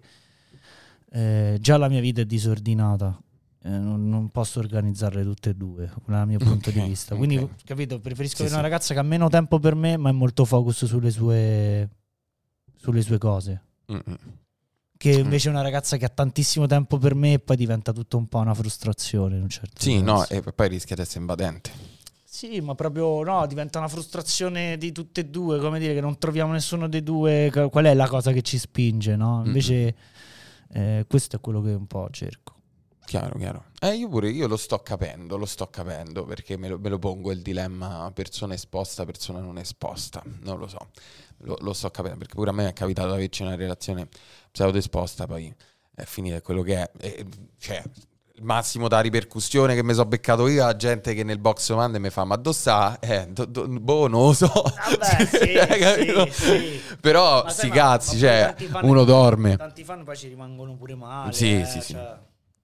già la mia vita è disordinata. Non posso organizzarle tutte e due dal mio punto di vista. Quindi capito, preferisco avere una ragazza che ha meno tempo per me, ma è molto focus sulle sue cose. Che invece è una ragazza che ha tantissimo tempo per me e poi diventa tutto un po' una frustrazione in un certo senso. No, e poi rischia di essere invadente. Sì, ma proprio no, diventa una frustrazione di tutte e due, come dire che non troviamo nessuno dei due, qual è la cosa che ci spinge, no? Invece questo è quello che un po' cerco. Chiaro. Io lo sto capendo, perché me lo pongo il dilemma persona esposta, persona non esposta, non lo so, lo sto capendo, perché pure a me è capitato di averci una relazione pseudo esposta, poi è finita quello che è, cioè il massimo da ripercussione che mi sono beccato io, la gente che nel box domande mi fa ma dove sta? Non lo so. Vabbè, sì. Però ma sti sai, cazzi, ma cioè fan, uno dorme. Tanti fan poi ci rimangono pure male. Sì. Cioè...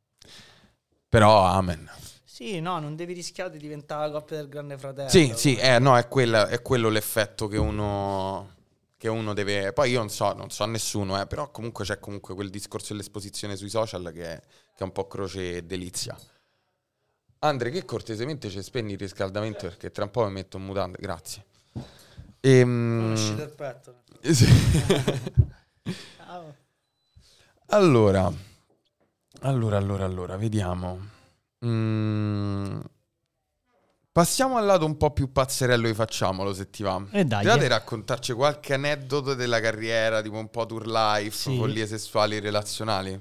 Però amen. Sì, no, non devi rischiare di diventare la coppia del Grande Fratello. Sì, no, è quello l'effetto che uno deve. Poi io non so nessuno, però comunque c'è comunque quel discorso dell'esposizione sui social che è un po' croce e delizia. Andre, che cortesemente ci spegni il riscaldamento, perché tra un po' mi metto in mutande, grazie. Non è uscito il petto. Sì. Allora, vediamo. Passiamo al lato un po' più pazzerello di Facciamolo, se ti va. Dai. Ti va di raccontarci qualche aneddoto della carriera, tipo un po' tour life, follie sessuali relazionali?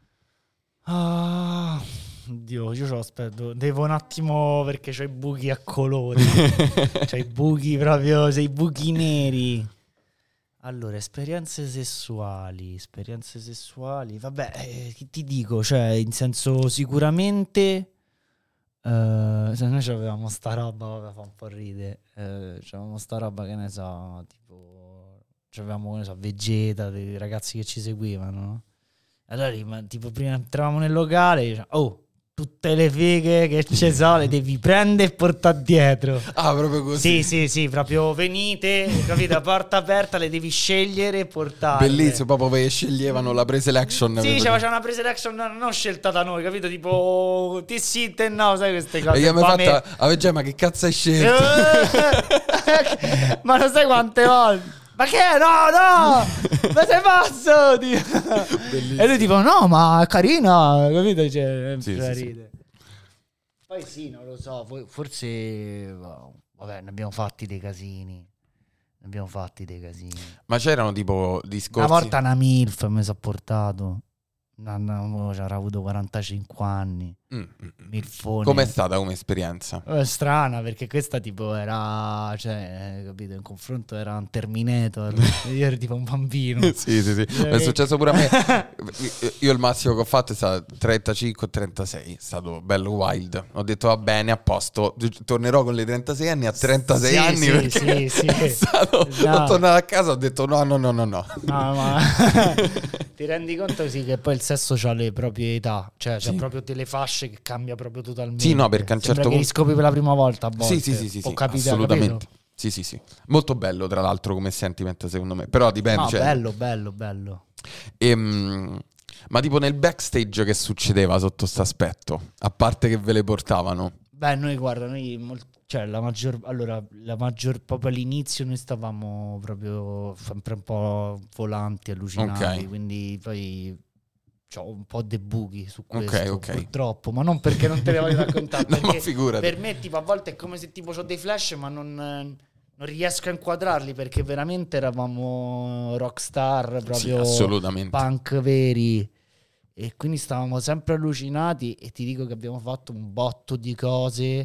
Oddio, io ce lo aspetto. Devo un attimo, perché c'ho i buchi a colori. C'ho i buchi proprio, sei buchi neri. Allora, esperienze sessuali. Vabbè, che ti dico? Cioè, in senso, sicuramente... se noi avevamo sta roba, vabbè, fa un po' ride. C'avevamo sta roba, che ne so, tipo... C'avevamo, che ne so, Vegeta, dei ragazzi che ci seguivano, no? Allora, tipo, prima entravamo nel locale, diciamo, oh, tutte le fighe che ci sono le devi prendere e portare dietro. Ah, proprio così? Sì, proprio venite, capito, porta aperta, le devi scegliere e portare. Bellissimo, proprio perché sceglievano la pre-selection. Sì, c'era una pre-selection non scelta da noi, capito, tipo ti sì, te no, sai queste cose. E io mi hai fatta, ma che cazzo hai scelto? Ma lo sai quante volte? Ma che? No! Ma sei pazzo? E lui tipo, no, ma è carina, capito? Cioè, sì. ride. Poi sì, non lo so, forse... Vabbè, ne abbiamo fatti dei casini. Ma c'erano tipo discorsi... Una volta una MILF mi sono portato. C'era avuto 45 anni. Milfone. Com'è stata come esperienza? Strana, perché questa tipo era, cioè, capito, in confronto era un Terminator. Io ero tipo un bambino. Sì. È successo pure a me. Io il massimo che ho fatto è stato 35-36. È stato bello wild. Ho detto va bene, a posto. Tornerò con le 36 anni a 36 anni. Perché sì. è stato... No. Ho tornato a casa, ho detto no. No, ma ti rendi conto sì che poi il sesso ha le proprie età, cioè c'è proprio delle fasce che cambia proprio totalmente. Sì, no, perché a un certo punto riscopri per la prima volta a volte. Sì, Può capire, assolutamente. Capito? Sì. Molto bello, tra l'altro, come sentiment, secondo me. Però dipende. No, cioè... bello. Ma tipo nel backstage che succedeva sotto sto aspetto? A parte che ve le portavano? Beh, noi cioè la maggior proprio all'inizio noi stavamo proprio sempre un po' volanti, allucinati, Ok. quindi poi c'ho un po' dei buchi su questo, Ok. purtroppo, ma non perché non te ne voglio raccontare, No, perché ma figurati. per me tipo a volte è come se tipo c'ho dei flash ma non riesco a inquadrarli, perché veramente eravamo rockstar, Sì, proprio assolutamente. punk veri, e quindi stavamo sempre allucinati, e ti dico che abbiamo fatto un botto di cose,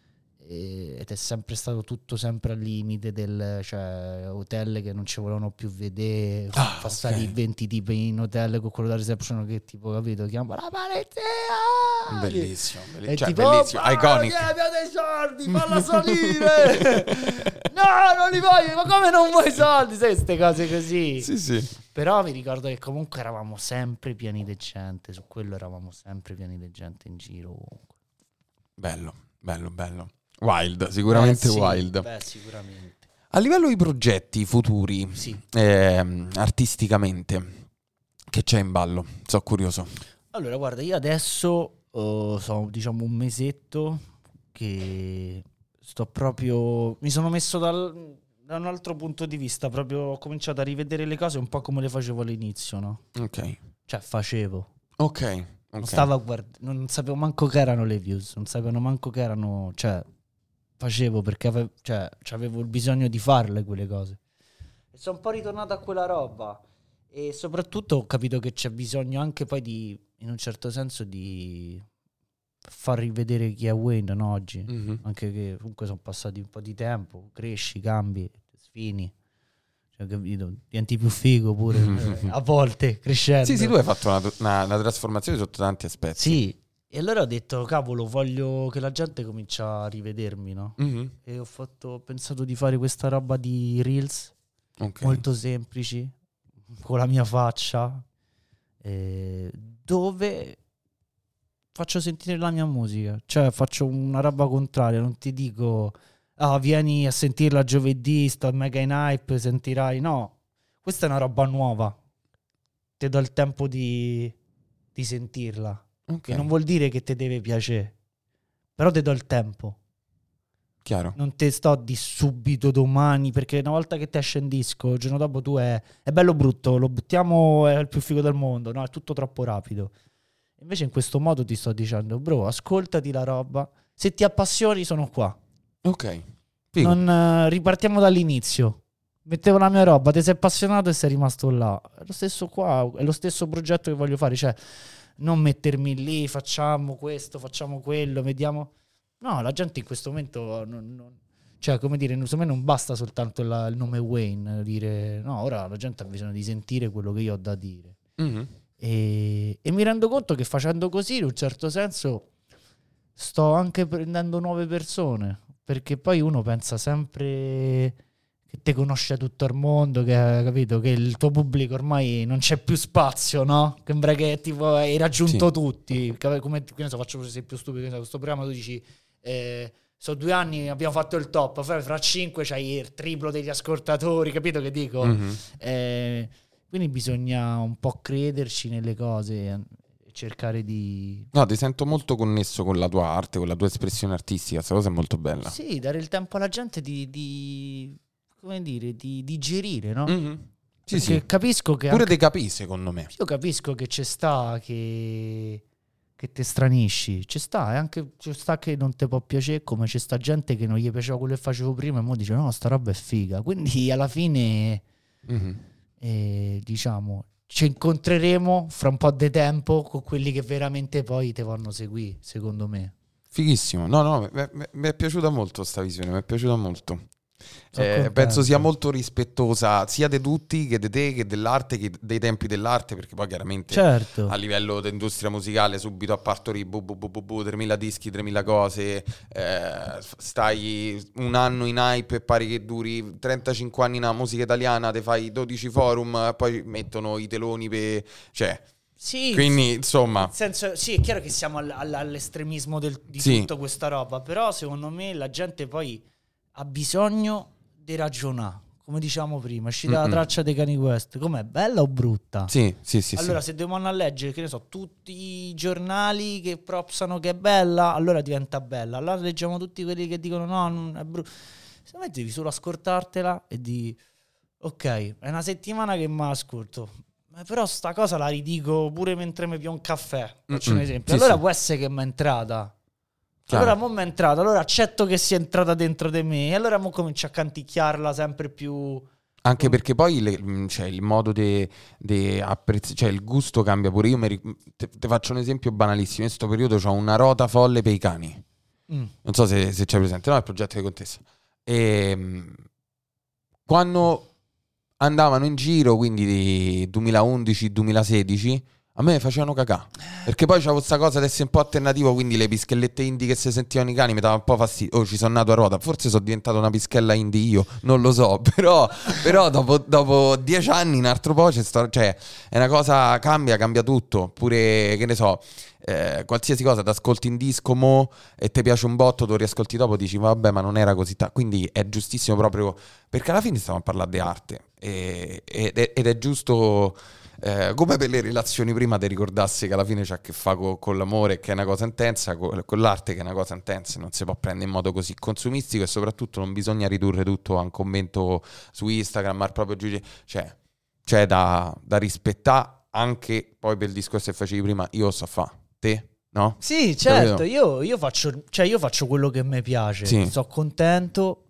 ed è sempre stato tutto sempre al limite cioè hotel che non ci volevano più vedere, passati 20 tipi in hotel con quello da reception che tipo, capito, chiama la polizia, Bellissimo, e cioè, tipo, bellissimo, iconic. abbiamo dei soldi, falla salire. No, non li voglio, ma come non vuoi soldi, sai, queste cose così. Sì. Però mi ricordo che comunque eravamo sempre pieni di gente, su quello eravamo sempre pieni di gente in giro ovunque. Bello. Wild, sicuramente Sì, wild. Sicuramente. A livello di progetti futuri, Sì. artisticamente, che c'è in ballo? Sono curioso. Allora, guarda, io adesso sono, diciamo, un mesetto che sto proprio... Mi sono messo da un altro punto di vista, proprio ho cominciato a rivedere le cose un po' come le facevo all'inizio, no? Ok. Cioè, facevo. Ok. Non stavo a guardare, non sapevo manco che erano le views, non sapevano manco che erano... Cioè, facevo perché avevo il bisogno di farle quelle cose. E sono un po' ritornato a quella roba. E soprattutto ho capito che c'è bisogno anche poi di, in un certo senso, di far rivedere chi è Wayne, no, oggi. Mm-hmm. Anche che comunque sono passati un po' di tempo, cresci, cambi, sfini, cioè, capito? Diventi più figo pure a volte crescendo. Sì, tu hai fatto una trasformazione sotto tanti aspetti. Sì, e allora ho detto, cavolo, voglio che la gente comincia a rivedermi, no? Mm-hmm. E ho pensato di fare questa roba di reels, molto semplici, con la mia faccia, dove faccio sentire la mia musica, cioè faccio una roba contraria, non ti dico vieni a sentirla giovedì, sto mega in hype, sentirai, no, questa è una roba nuova, ti do il tempo di sentirla, che non vuol dire che ti deve piacere, però ti do il tempo. Chiaro. Non te sto di subito domani, perché una volta che ti esce un disco, il giorno dopo tu è bello brutto, lo buttiamo, è il più figo del mondo, no, è tutto troppo rapido. Invece in questo modo ti sto dicendo, bro, ascoltati la roba, se ti appassioni sono qua. Ok. Figo. Non ripartiamo dall'inizio. Mettevo la mia roba, ti sei appassionato e sei rimasto là. È lo stesso qua, è lo stesso progetto che voglio fare, cioè non mettermi lì, facciamo questo, facciamo quello, vediamo. No, la gente in questo momento cioè, come dire, secondo me non basta soltanto il nome Wayne, dire no, ora la gente ha bisogno di sentire quello che io ho da dire. Mm-hmm. E mi rendo conto che facendo così, in un certo senso, sto anche prendendo nuove persone, perché poi uno pensa sempre che te conosce tutto il mondo, che capito che il tuo pubblico ormai non c'è più spazio, no? Sembra che tipo hai raggiunto tutti, come che ne so, faccio un esempio stupido, questo programma tu dici sono 2 anni abbiamo fatto il top, fra 5 c'hai il triplo degli ascoltatori, capito che dico? Quindi bisogna un po' crederci nelle cose e cercare di... No, ti sento molto connesso con la tua arte, con la tua espressione artistica, questa cosa è molto bella. Sì, dare il tempo alla gente di come dire, di digerire, no? Sì, sì. Capisco che... Pure te capì, secondo me. Io capisco che c'è sta che te stranisci, c'è sta, e anche c'è sta che non ti può piacere, come c'è sta gente che non gli piaceva quello che facevo prima e mo dice no, sta roba è figa. Quindi alla fine diciamo ci incontreremo fra un po' di tempo con quelli che veramente poi te vanno seguire, secondo me. Fighissimo. No, mi è piaciuta molto sta visione, mi è piaciuta molto. Penso sia molto rispettosa sia di tutti, che di te, che dell'arte, che dei tempi dell'arte, perché poi chiaramente a livello di industria musicale subito a partorire 3000 dischi, 3000 cose, stai un anno in hype e pare che duri 35 anni nella musica italiana, te fai 12 forum, poi mettono i teloni per... cioè... Sì, quindi insomma, nel senso, sì, è chiaro che siamo all'estremismo di tutta questa roba, però secondo me la gente poi ha bisogno di ragionare, come diciamo prima, uscita la traccia dei Kanye West, com'è, bella o brutta? Sì. Allora se devono andare a leggere, che ne so, tutti i giornali che propsano che è bella, allora diventa bella. Allora leggiamo tutti quelli che dicono no, non è brutta. Secondo me devi solo ascoltartela e di ok, è una settimana che mi ascolto, però sta cosa la ridico pure mentre mi bevo un caffè, faccio un esempio. Allora può essere che mi è entrata. Allora mo mi è entrata, allora accetto che sia entrata dentro di me e allora mo comincio a canticchiarla sempre più. Anche perché poi cioè, il modo di apprezzare, cioè il gusto cambia pure. Io te faccio un esempio banalissimo. In questo periodo ho una rota folle per i cani. Non so se c'è presente, no? Il progetto di Contessa. E quando andavano in giro, quindi 2011-2016, a me facevano cacà. Perché poi c'avevo questa cosa di essere un po' alternativo, quindi le pischellette indie che si sentivano i cani mi dava un po' fastidio. Oh, ci sono nato a ruota, forse sono diventato una pischella indie io, non lo so, però dopo 10 anni un altro po' cioè è una cosa, cambia tutto. Pure, che ne so, qualsiasi cosa, ti ascolti in disco mo e ti piace un botto, tu riascolti dopo dici vabbè, ma non era così quindi è giustissimo proprio, perché alla fine stiamo a parlare di arte ed è giusto. Come per le relazioni prima ti ricordassi che alla fine c'ha a che fare con l'amore, che è una cosa intensa, con l'arte che è una cosa intensa, non si può prendere in modo così consumistico, e soprattutto non bisogna ridurre tutto a un commento su Instagram al proprio giudizio, cioè c'è da rispettare, anche poi per il discorso che facevi prima, io so fa, te no? Sì, certo, io faccio quello che mi piace, sono contento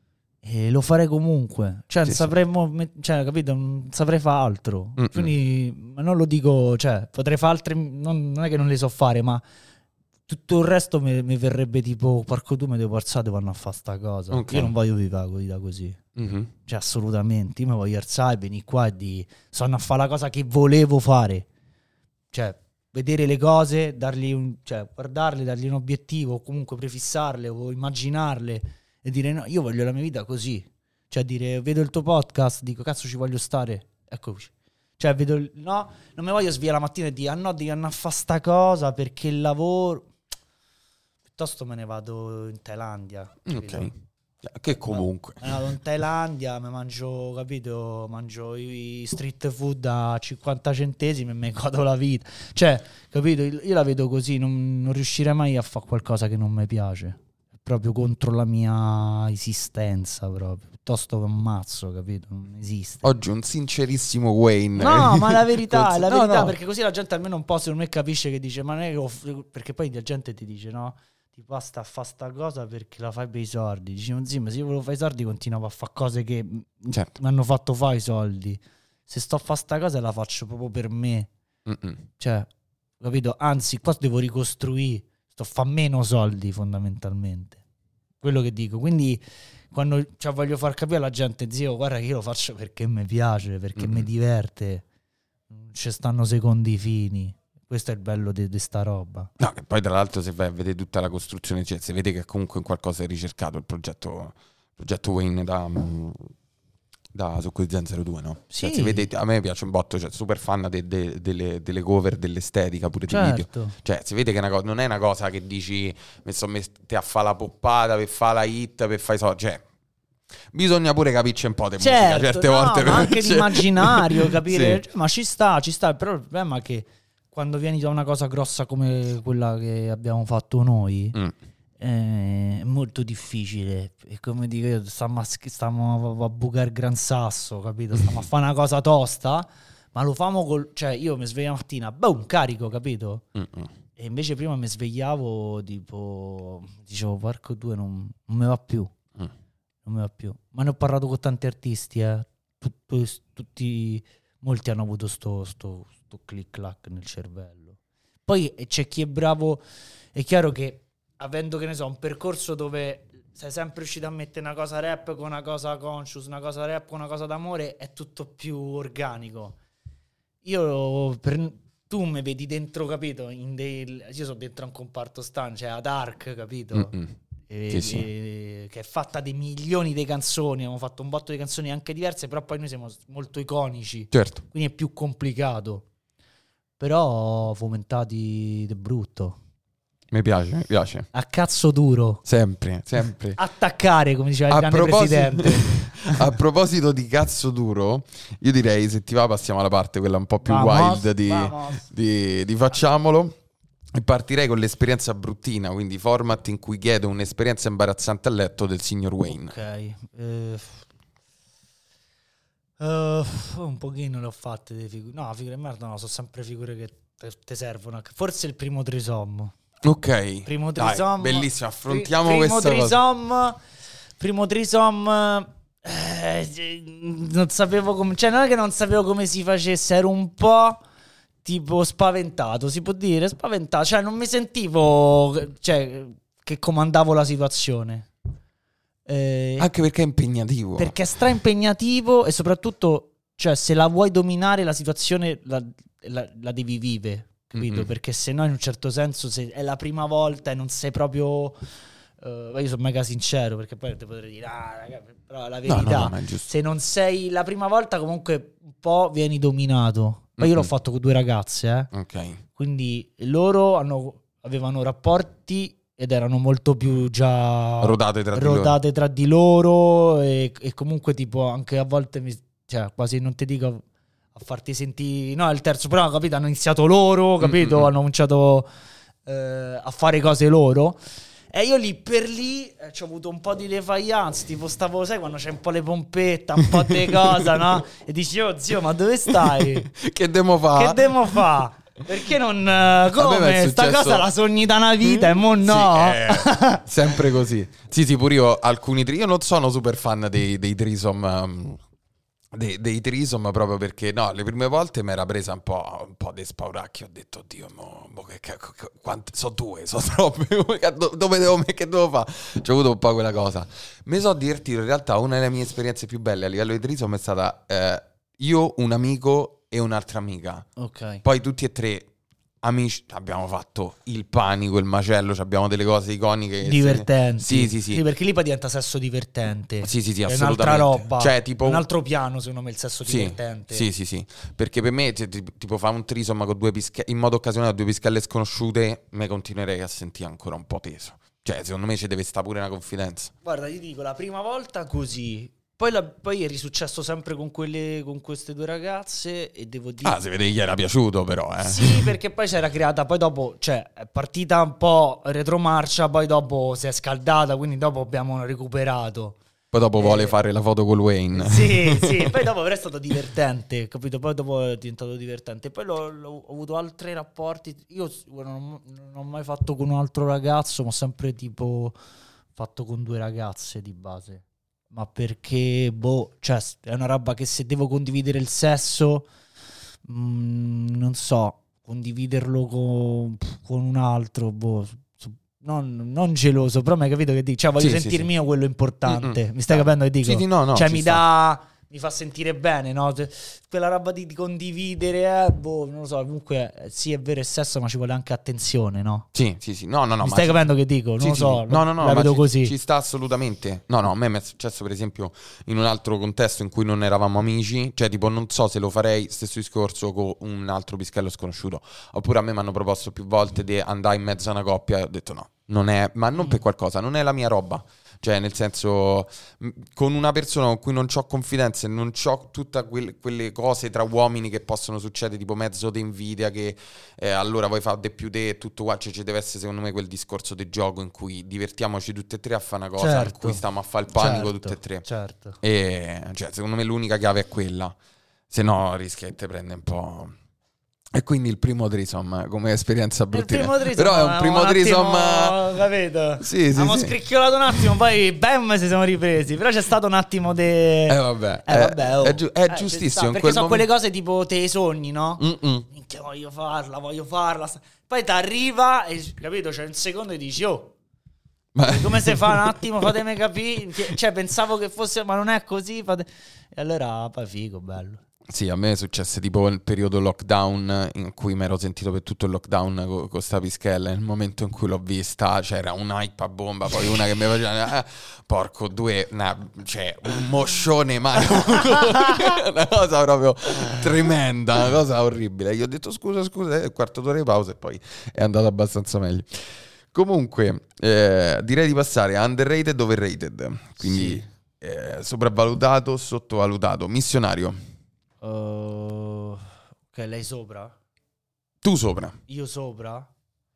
e lo farei comunque, cioè non sapremmo, cioè capito, non saprei fare altro. Quindi non lo dico, cioè potrei fare altre, non è che non le so fare, ma tutto il resto mi verrebbe tipo porco tu mi devo alzare, devo andare a fare sta cosa. Io non voglio vivere la vita così, cioè assolutamente. Io mi voglio alzare, venire qua e sono a fare la cosa che volevo fare, cioè vedere le cose, cioè guardarle, dargli un obiettivo, o comunque prefissarle o immaginarle e dire no, io voglio la mia vita così. Cioè dire, vedo il tuo podcast, dico cazzo ci voglio stare, eccoci. Cioè vedo, no, non mi voglio svegliare la mattina e dire no, devi andare a fare sta cosa perché il lavoro. Piuttosto me ne vado in Thailandia. Ok. Che comunque. Vado in Thailandia, mi mangio, capito, mangio i street food a 50 centesimi e mi godo la vita. Cioè, capito, io la vedo così, non riuscirei mai a fare qualcosa che non mi piace. Proprio contro la mia esistenza, proprio piuttosto che un mazzo, capito? Non esiste. Oggi un sincerissimo Wayne. No, ma la verità è la verità, perché così la gente almeno un po' secondo me capisce, che dice ma non è che perché poi la gente ti dice no, ti basta a fare sta cosa perché la fai per i soldi. Dici ma sì, ma se io volevo fare i soldi continuavo a fare cose che mi hanno fatto fare i soldi. Se sto a fare sta cosa la faccio proprio per me. Cioè, capito? Anzi, qua devo ricostruire. Sto a fare meno soldi fondamentalmente, quello che dico. Quindi quando voglio far capire alla gente, zio guarda che io lo faccio perché mi piace, perché mi diverte, non ci stanno secondi fini. Questo è il bello di sta roba. No, che poi tra l'altro se vai a vedere tutta la costruzione, cioè si vede che comunque in qualcosa è ricercato il progetto Wayne su Quizen 02, no? Sì. Cioè, si vede, a me piace un botto, cioè super fan delle cover, dell'estetica pure di video. Cioè si vede che non è una cosa che dici mi sto mettendo a fare la poppata per fare la hit, per fare cioè bisogna pure capirci un po' di musica certe volte, ma anche l'immaginario, capire, sì. ma ci sta, però il problema è che quando vieni da una cosa grossa come quella che abbiamo fatto noi è molto difficile, e come dico io, stiamo a bucare il gran sasso, capito? Stiamo a fare una cosa tosta, ma lo famo cioè io mi sveglio la mattina, boom, carico, capito? E invece prima mi svegliavo tipo, dicevo porco due, non mi va più. Non mi va più. Ma ne ho parlato con tanti artisti, tutti, molti hanno avuto sto click clack nel cervello. Poi c'è chi è bravo, è chiaro che avendo, che ne so, un percorso dove sei sempre riuscito a mettere una cosa rap con una cosa conscious, una cosa rap con una cosa d'amore, è tutto più organico. Tu mi vedi dentro, capito? Io sono dentro a un comparto stan, cioè ad Arc, capito? Che è fatta di milioni di canzoni, abbiamo fatto un botto di canzoni anche diverse, però poi noi siamo molto iconici, certo, quindi è più complicato, però fomentati di brutto. Mi piace. A cazzo duro. Sempre. Attaccare, come diceva il grande presidente. A proposito di cazzo duro, io direi, se ti va, passiamo alla parte quella un po' più wild di Facciamolo. E partirei con l'esperienza bruttina, quindi format in cui chiedo un'esperienza imbarazzante a letto del signor Wayne. Ok. Un pochino le ho fatte delle figure. No, figure di merda no, sono sempre figure che ti servono. Forse il primo trisom. Ok. Primo trisom. Dai, bellissimo, affrontiamo questa cosa. Primo trisom. Non sapevo come. Cioè, non è che non sapevo come si facesse, ero un po' tipo spaventato, si può dire, spaventato. Cioè, non mi sentivo, cioè, che comandavo la situazione. Anche perché è impegnativo. Perché è impegnativo e soprattutto, cioè, se la vuoi dominare la situazione la devi vivere, capito? Perché se no, in un certo senso, se è la prima volta e non sei proprio... io sono mega sincero, perché poi ti potrei dire raga, però la verità, no, se non sei la prima volta, comunque un po' vieni dominato. Poi io l'ho fatto con 2 ragazze, ok. Quindi loro avevano rapporti ed erano molto più già rodate tra di loro e comunque tipo anche a volte cioè quasi non ti dico a farti sentire, no, il terzo, però capito, hanno iniziato loro, capito, hanno cominciato a fare cose loro. E io lì per lì ci ho avuto un po' di defiance, tipo stavo, sai, quando c'è un po' le pompette, un po' di cosa, no? E dici, oh zio, ma dove stai? Che demo fa? Perché non... come? Sta cosa la sogni da una vita e mo no? Sì, sempre così. Sì, pure io io non sono super fan dei threesome... Dei threesome, proprio perché no, le prime volte mi era presa un po' di spauracchio. Ho detto, oddio, sono 2, sono troppe. Che devo fare? C'ho avuto un po' quella cosa. Mi so divertito. In realtà una delle mie esperienze più belle a livello di threesome è stata io, un amico e un'altra amica. Ok. Poi tutti e 3 amici, abbiamo fatto il panico, il macello, abbiamo delle cose iconiche divertenti. Sì, perché lì poi diventa sesso divertente. Sì, è assolutamente. un'altra roba, cioè, tipo, un altro piano secondo me il sesso divertente. Sì, perché per me tipo fa un trisom con 2 pischelle in modo occasionale, 2 pischelle sconosciute, me continuerei a sentire ancora un po' teso. Cioè secondo me ci deve stare pure una confidenza. Guarda, ti dico, la prima volta così, poi è risuccesso sempre con queste 2 ragazze e devo dire... si vede che gli era piaciuto però, Sì, perché poi si era creata, poi dopo, cioè, è partita un po' retromarcia, poi dopo si è scaldata, quindi dopo abbiamo recuperato. Poi dopo vuole fare la foto con Wayne. Sì, poi dopo però è stato divertente, capito? Poi dopo è diventato divertente. Poi ho avuto altri rapporti, io non ho mai fatto con un altro ragazzo, ma ho sempre tipo fatto con 2 ragazze di base. Ma perché, cioè, è una roba che se devo condividere il sesso, non so, condividerlo con un altro, non geloso, però mi hai capito che dico? Cioè, voglio sentirmi io quello importante. Mi stai capendo che dico? Sì, no, cioè, mi dà mi fa sentire bene, no? Quella roba di condividere, non lo so, comunque sì è vero il sesso, ma ci vuole anche attenzione, no? Sì, no, mi stai capendo che dico? Non sì, lo so, no, la vedo così. Ci sta assolutamente. No, a me è successo per esempio in un altro contesto in cui non eravamo amici, cioè tipo non so se lo farei stesso discorso con un altro pischello sconosciuto, oppure a me mi hanno proposto più volte di andare in mezzo a una coppia e ho detto no, non è, ma non per qualcosa, non è la mia roba. Cioè, nel senso, con una persona con cui non ho confidenza e non ho tutte quelle cose tra uomini che possono succedere, tipo mezzo di invidia, che allora vuoi fare di più te e tutto qua. Cioè, ci deve essere, secondo me, quel discorso di gioco in cui divertiamoci tutte e tre a fare una cosa in cui stiamo a fare il panico tutte e tre. Certo. E, cioè, secondo me, l'unica chiave è quella. Se no, rischia che te prende un po'. E quindi il primo threesome come esperienza bruttina. Però è un primo threesome, capito? Sì, abbiamo scricchiolato un attimo, poi bam, si siamo ripresi. Però c'è stato un attimo di vabbè, è giustissimo. Perché sono quelle cose tipo te i sogni, no? Minchia, voglio farla. Poi ti arriva e capito, c'è un secondo e dici come si fa un attimo, fatemi capire. Cioè pensavo che fosse, ma non è così, E allora poi figo, bello. Sì, a me è successo tipo nel periodo lockdown in cui mi ero sentito per tutto il lockdown con sta pischella. Nel momento in cui l'ho vista c'era un hype a bomba, poi una che mi faceva porco due, cioè un moscione Mario. Una cosa proprio tremenda, una cosa orribile. Io ho detto scusa, quarto d'ora di pausa e poi è andato abbastanza meglio. Comunque direi di passare a underrated, overrated. Quindi sopravvalutato, sottovalutato, missionario. Ok, lei sopra? Tu sopra. Io sopra?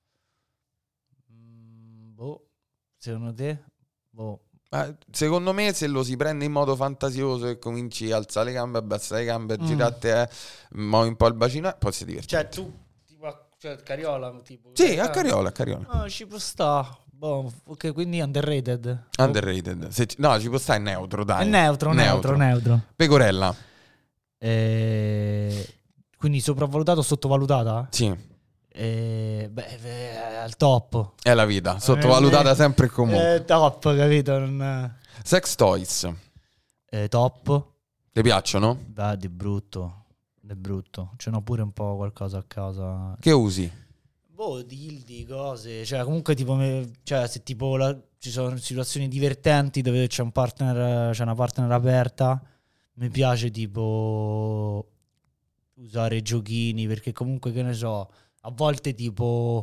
Secondo te? Secondo me se lo si prende in modo fantasioso e cominci a alzare le gambe, abbassare le gambe, girate, muovi un po' il bacino, poi si diverte. Cioè tu, Cariola tipo. Sì, a Cariola. Ci può sta. Ok, quindi underrated. Underrated. No, ci può stare in neutro, dai. È neutro. Pecorella. Quindi sopravvalutata o sottovalutata? Sì. Al top. È la vita, sottovalutata sempre e comunque. Top, capito? Sex toys. Top. Ti piacciono? Beh, di brutto. Ce n'ho pure un po' qualcosa a casa. Che usi? Dildi, cose. Cioè, comunque, tipo, se tipo ci sono situazioni divertenti dove c'è una partner aperta. Mi piace tipo usare giochini, perché comunque, che ne so, a volte tipo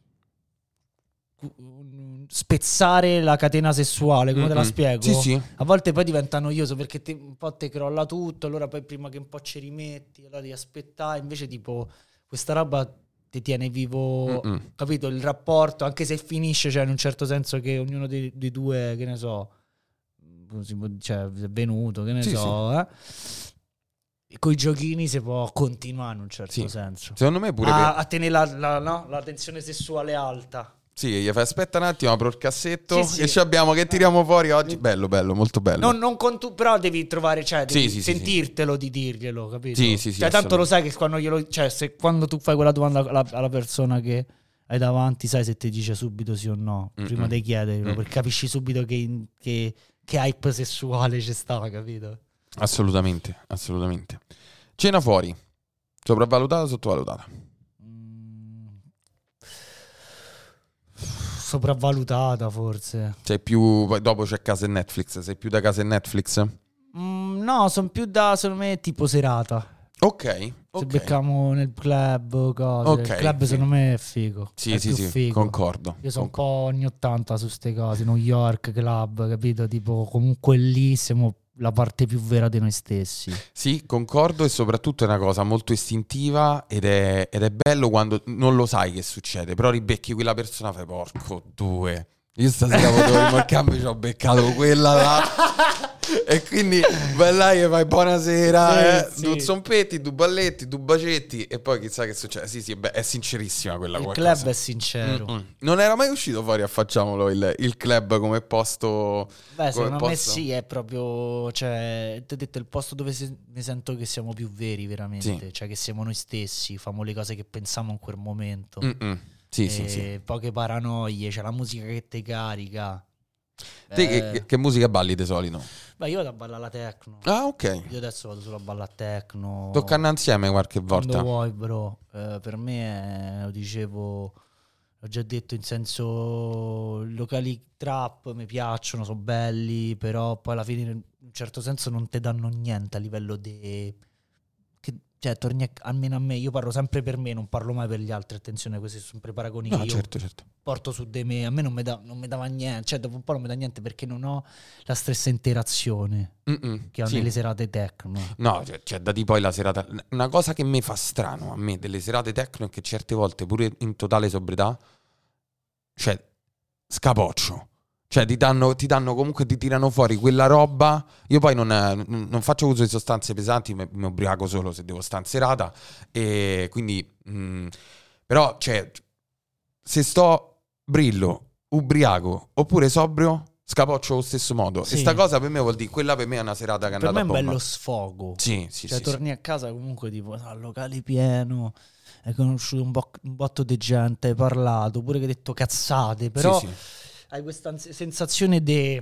spezzare la catena sessuale, come te la spiego? Sì. A volte poi diventa noioso perché un po' te crolla tutto, allora poi prima che un po' ci rimetti, allora devi aspettare, invece tipo questa roba ti tiene vivo, capito? Il rapporto, anche se finisce, cioè in un certo senso che ognuno dei due, che ne so, cioè è venuto, che ne so, con i giochini si può continuare in un certo senso. Secondo me pure a tenere la tensione sessuale alta. Sì, gli fai aspetta un attimo, apro il cassetto che ci abbiamo, che tiriamo fuori oggi. Bello, molto bello. Non con tu, però devi trovare, cioè devi sentirtelo di dirglielo, capito? Sì, cioè tanto lo sai che quando tu fai quella domanda alla persona che hai davanti, sai se ti dice subito sì o no, prima di chiederlo, perché capisci subito che hype sessuale c'è sta, capito? Assolutamente. Cena fuori, sopravvalutata o sottovalutata? Sopravvalutata forse. Sei più, poi dopo c'è casa e Netflix, sei più da casa e Netflix? No, sono più da, secondo me, tipo serata. Ok. Se becchiamo nel club, cose. Il club secondo me è figo. Sì, figo. Concordo. Io sono un po' anni 80 su ste cose, New York, club, capito? Tipo, comunque lì siamo la parte più vera di noi stessi. Sì, concordo, e soprattutto è una cosa molto istintiva ed è bello quando non lo sai che succede, però ribecchi quella persona e fai porco due. Io stasera potevo il cambio, ci ho beccato quella là. E quindi vai là e fai buonasera, due zompetti, due balletti, due bacetti, e poi chissà che succede. Sì, è sincerissima quella il qualcosa. Club è sincero. Non era mai uscito fuori, facciamolo il club come posto. Beh, secondo me sì, è proprio, cioè, ti ho detto, il posto dove mi sento che siamo più veri veramente, cioè che siamo noi stessi, famo le cose che pensiamo in quel momento. Sì. Poche paranoie, c'è la musica che ti carica. Te che musica balli di solito? Beh, io vado a ballare la techno. Ah, ok. Io adesso vado solo a ballare techno. Toccando insieme qualche volta. Quando vuoi, bro. Per me, lo dicevo, l'ho già detto, in senso, i locali trap mi piacciono, sono belli, però poi alla fine in un certo senso non ti danno niente a livello di... Cioè, torni almeno a me, io parlo sempre per me, non parlo mai per gli altri, attenzione, questi sono sempre paragoni che io certo. porto su di me, a me non mi dava niente, cioè dopo un po' non mi dà niente perché non ho la stessa interazione che ho nelle serate techno. No, cioè da di poi la serata, una cosa che mi fa strano a me delle serate techno è che certe volte pure in totale sobrietà, cioè scapoccio. Cioè ti danno comunque, ti tirano fuori quella roba. Io poi non faccio uso di sostanze pesanti, mi ubriaco solo se devo stare in serata. E quindi però, cioè, se sto brillo, ubriaco oppure sobrio, scapoccio allo stesso modo. Sì. E sta cosa per me vuol dire, quella per me è una serata che è Per andata a me è un bomba. bello sfogo. Sì, cioè torni a casa comunque tipo al locale pieno, hai conosciuto un botto di gente, hai parlato, pure che hai detto cazzate, però Sì. hai questa sensazione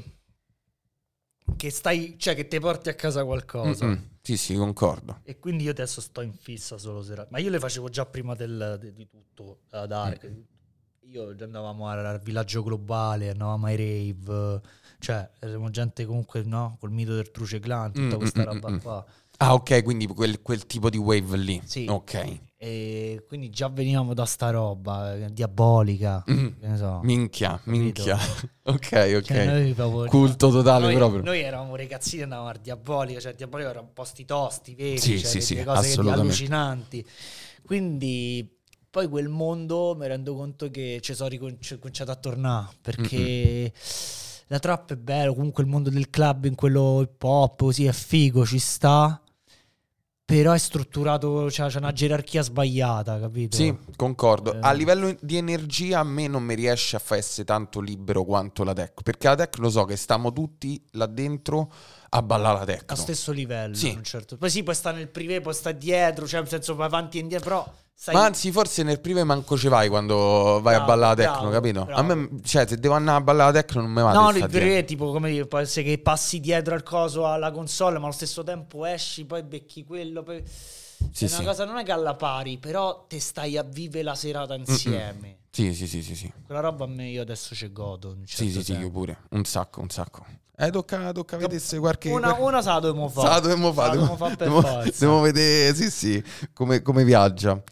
che stai, cioè che ti porti a casa qualcosa. Sì, concordo. E quindi io adesso sto in fissa solo serate. Ma io le facevo già prima di tutto, da Dark. Io andavamo al villaggio globale, andavamo ai rave, cioè eravamo gente comunque, no? Col mito del Truce Clan, tutta questa roba qua. Ah, ok, quindi quel tipo di wave lì. Sì. Ok. E quindi già venivamo da sta roba diabolica, che ne so. Minchia. Ok. Cioè, noi proprio, Culto totale proprio. Noi eravamo ragazzini, andavamo al diabolica, cioè il diabolica erano posti tosti, veri, Sì, cioè, sì, delle cose assolutamente. allucinanti. Quindi poi quel mondo mi rendo conto che ci sono cominciato a tornare, perché la trap è bello, comunque il mondo del club in quello hip hop così è figo, ci sta. Però è strutturato, c'è una gerarchia sbagliata, capito? Sì, concordo. A livello di energia a me non mi riesce a far essere tanto libero quanto la tech, perché la tech lo so che stiamo tutti là dentro a ballare la techno. A stesso livello, Sì. un certo. Poi sì, puoi stare nel privé, puoi stare dietro, cioè nel senso vai avanti e indietro, però Ma anzi, forse nel privé manco ci vai quando vai a ballare la techno, capito? Bravo. A me, cioè, se devo andare a ballare la techno non mi va. No, il privé tipo, come dire, può essere che passi dietro al coso, alla console, ma allo stesso tempo esci, poi becchi quello, poi... Sì, è una cosa, non è che alla pari, però te stai a vivere la serata insieme. Sì. Quella roba a me io adesso ci godo. In un certo Sì, senso. io pure. Un sacco. Tocca vedere se qualche... Una sa dobbiamo fare. Sa dobbiamo fare. Per forza. Dobbiamo vedere, sì, come viaggia.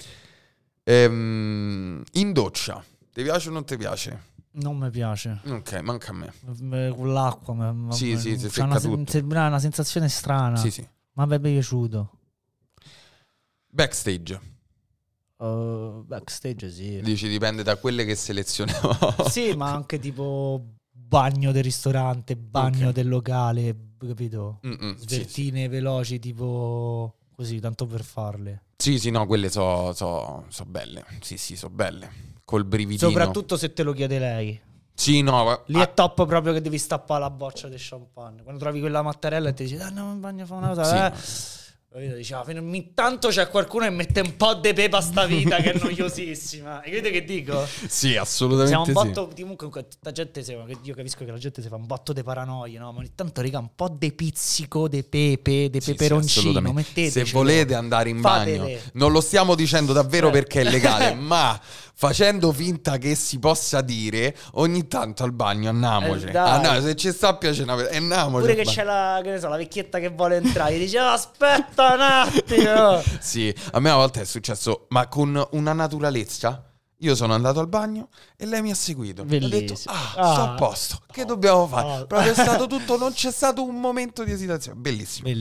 In doccia, ti piace o non ti piace? Non mi piace. Ok, manca a me. Con l'acqua. Sì, si c'è secca tutto. Sembra una sensazione strana. Sì. Ma mi è piaciuto. Backstage. Backstage sì. Dici dipende da quelle che selezioniamo. Sì, ma anche tipo bagno del ristorante, bagno del locale, capito? Svertine veloci, tipo così, tanto per farle. Sì, no, quelle so belle. Sì, so belle. Col brividino. Soprattutto se te lo chiede lei. Sì, no. Lì è top proprio che devi stappare la boccia di champagne. Quando trovi quella mattarella e ti dici, andiamo in bagno a fare una cosa. Sì, Diceva, ogni tanto c'è qualcuno che mette un po' de pepe a sta vita che è noiosissima. E vedete che dico? Sì, assolutamente. Siamo un botto, comunque tutta gente io capisco che la gente si fa un botto di paranoia, no? Ma ogni tanto raga un po' de pizzico, de pepe, de peperoncino, metteteci. Se volete andare in bagno, non lo stiamo dicendo davvero perché è legale, ma facendo finta che si possa dire, ogni tanto al bagno andiamoci. Se ci sta piacere, andiamoci. Pure che c'è la vecchietta che vuole entrare, dice aspetta un attimo. Sì, a me una volta è successo, ma con una naturalezza. Io sono andato al bagno e lei mi ha seguito. Bellissimo. Ho detto, sto a posto, che dobbiamo fare? Proprio è stato tutto, non c'è stato un momento di esitazione. Bellissimo.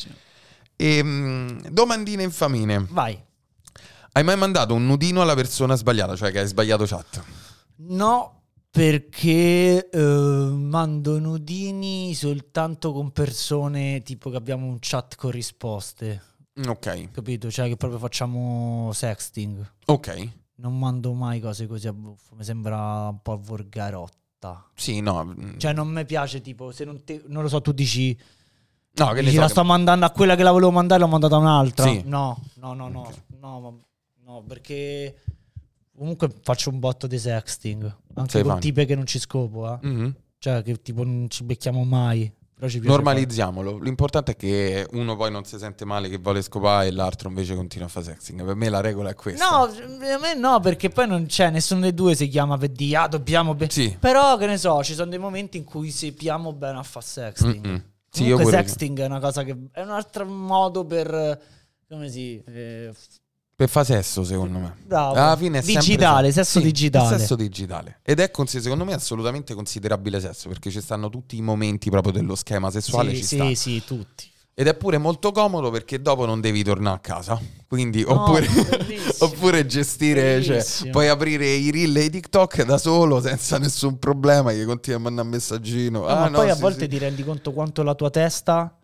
Domandine infamine. Vai. Hai mai mandato un nudino alla persona sbagliata, cioè che hai sbagliato chat? No, perché mando nudini soltanto con persone tipo che abbiamo un chat con risposte. Ok. Capito? Cioè che proprio facciamo sexting. Ok. Non mando mai cose così a buffo, mi sembra un po' volgarotta. Sì, no. Cioè non mi piace tipo, se non lo so, tu dici... No, che dici, la sto mandando a quella che la volevo mandare, l'ho mandata a un'altra. Sì. No, Okay. no, perché comunque faccio un botto di sexting. Anche Sei con fan. tipe che non ci scopo, Mm-hmm. Cioè che tipo non ci becchiamo mai. Però ci piace Normalizziamolo. L'importante è che uno poi non si sente male che vuole scopare e l'altro invece continua a fare sexting. Per me la regola è questa. No, a me no, perché poi non c'è nessuno dei due si chiama per dire dobbiamo Sì. Però che ne so, ci sono dei momenti in cui sappiamo bene a fare sexting. Mm-mm. Sì, Comunque io pure. sexting è una cosa che è un altro modo per come Per fare sesso, secondo me. bravo. Alla fine è Digitale, sempre sesso digitale. Sesso digitale. Ed è secondo me assolutamente considerabile sesso, perché ci stanno tutti i momenti proprio dello schema sessuale. Sì, tutti. Ed è pure molto comodo perché dopo non devi tornare a casa. Quindi, No, oppure gestire, cioè, bellissimo. puoi aprire i reel e i TikTok da solo senza nessun problema, che continui a mandare un messaggino. No, ma poi a sì, volte sì. ti rendi conto quanto la tua testa